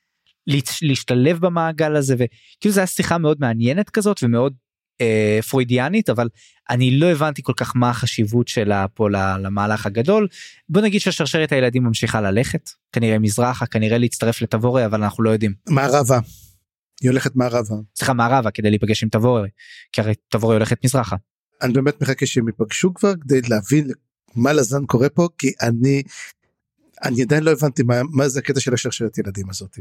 להשתלב במעגל הזה, וכאילו זה היה שיחה מאוד מעניינת כזאת, ומאוד אה, פרוידיאנית, אבל אני לא הבנתי כל כך מה החשיבות שלה פה למהלך הגדול. בוא נגיד ששרשרת הילדים ממשיכה ללכת, כנראה מזרחה, כנראה להצטרף לתבורה, אבל אנחנו לא יודעים. מערבה, היא הולכת מערבה. צריכה מערבה כדי להיפגש עם תבורה, כי הרי תבורה הולכת מזרחה. אני באמת מחכה שהם ייפגשו כבר, כדי להבין מה לזן קורה פה, כי אני, אני עדיין לא הבנתי מה, מה זה הקטע של השרשרת ילדים הזאת.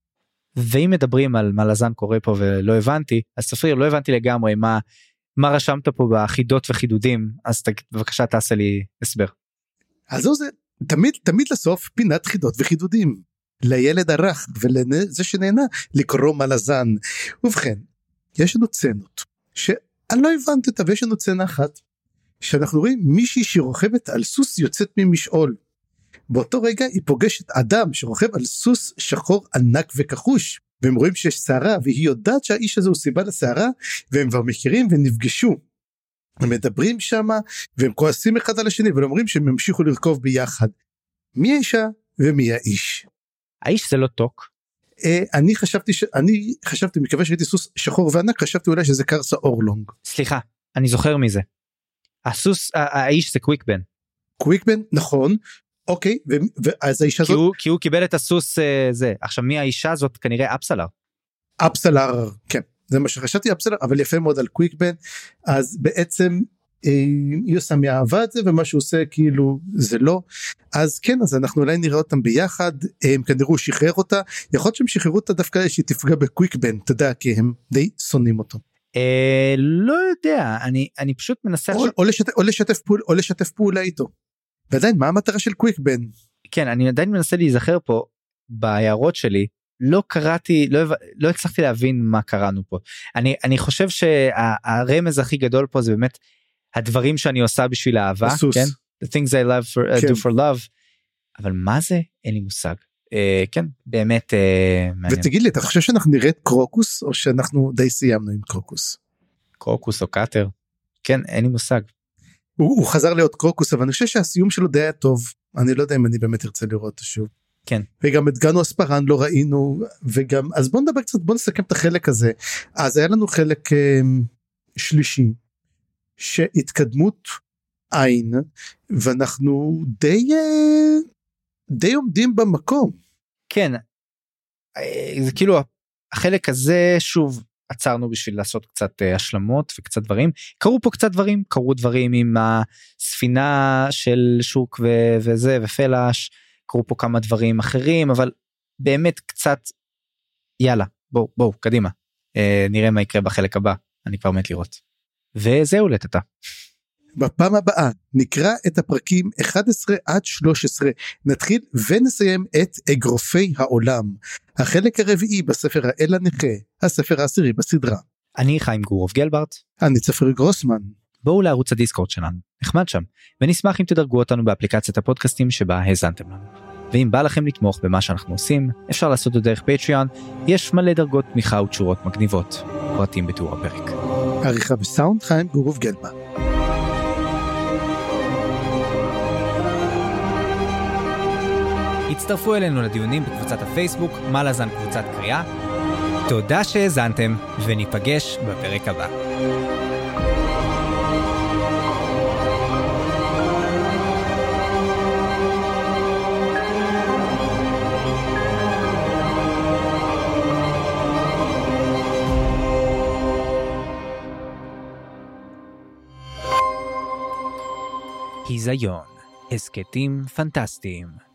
ואם מדברים על מה לזן קורה פה ולא הבנתי, אז ספריר, לא הבנתי לגמרי מה, מה רשמת פה בחידות וחידודים, אז בבקשה תעשה לי הסבר. אז זה תמיד, תמיד לסוף פינת חידות וחידודים, לילד הרך ולזה שנהנה לקרוא מה לזן. ובכן, יש לנו צנות, שאני לא הבנתי אותה, ויש לנו צנה אחת, שאנחנו רואים מישהי שרוכבת על סוס יוצאת ממשעול, באותו רגע היא פוגשת אדם שרוכב על סוס שחור ענק וכחוש, והם רואים שיש שערה, והיא יודעת שהאיש הזה הוא סיבה לשערה, והם כבר מכירים ונפגשו, הם מדברים שם, והם כועסים אחד על השני, ואומרים שהם ימשיכו לרכוב ביחד. מי האישה ומי האיש? האיש זה לא טוק. אני חשבתי, ש... אני חשבתי, מקווה שהייתי סוס שחור וענק, חשבתי אולי שזה קרסה אורלונג. סליחה, אני זוכר מזה. הסוס, האיש זה קוויקבן. קוויקבן, נכון. אוקיי, ואז האישה כי הזאת... הוא, כי הוא קיבל את הסוס זה. עכשיו, מי האישה הזאת? כנראה אפסלר. אפסלר, כן. זה מה שחשבתי, אפסלר, אבל יפה מאוד על קוויקבן. אז בעצם היא עושה מאהבה את זה, ומה שהוא עושה כאילו זה לא. אז כן, אז אנחנו אולי נראה אותם ביחד, הם כנראה הוא שחרר אותה. יכול להיות שהם שחררו אותה דווקא שהיא תפגע בקוויקבן, אתה יודע, כי הם די שונאים אותו. לא יודע, אני פשוט מנסה... או לשתף פעולה איתו. ועדיין, מה המטרה של קוויקבן? כן, אני עדיין מנסה להיזכר פה, בהערות שלי, לא קראתי, לא, לא הצלחתי להבין מה קראנו פה. אני, אני חושב שהרמז הכי גדול פה, זה באמת, הדברים שאני עושה בשביל האהבה, כן? The things I love for, uh, כן. do for love, אבל מה זה? אין לי מושג. Uh, כן, באמת uh, מעניין. ותגיד לי, אתה חושב שאנחנו נראה את קרוקוס, או שאנחנו די סיימנו עם קרוקוס? קרוקוס או קאטר? כן, אין לי מושג. הוא, הוא חזר להיות קרוקוס, אבל אני חושב שהסיום שלו די היה טוב, אני לא יודע אם אני באמת ארצה לראות אותו שוב. כן. וגם את גנו אספרן לא ראינו, וגם, אז בוא נדבר קצת, בוא נסכם את החלק הזה. אז היה לנו חלק אה, שלישי, שהתקדמות עין, ואנחנו די, אה, די עומדים במקום. כן, זה כאילו, החלק הזה שוב, עצרנו בשביל לעשות קצת השלמות וקצת דברים, קרו פה קצת דברים, קרו דברים עם הספינה של שוק ו- וזה ופלש, קרו פה כמה דברים אחרים, אבל באמת קצת, יאללה, בואו, בואו, קדימה, אה, נראה מה יקרה בחלק הבא, אני כבר מת לראות. וזהו לטאטה. בפעם הבאה נקרא את הפרקים אחת עשרה עד שלוש עשרה, נתחיל ונסיים את אגרופי העולם, החלק הרביעי בספר האל הנכה, הספר העשירי בסדרה. אני חיים גורוב גלברט. אני צפריר גרוסמן. בואו לערוץ הדיסקורד שלנו, נחמד שם, ונשמח אם תדרגו אותנו באפליקציית הפודקאסטים שבה האזנתם לנו. ואם בא לכם לתמוך במה שאנחנו עושים, אפשר לעשות את דרך פטריון, יש מלא דרגות תמיכה ותשורות מגניבות, פרטים בתיאור הפרק. עריכה וסאונד חיים גורוב גלברט. הצטרפו אלינו לדיונים בקבוצת הפייסבוק, מה לזן קבוצת קריאה, תודה שהאזנתם, וניפגש בפרק הבא. היזיון, הסקטים פנטסטיים.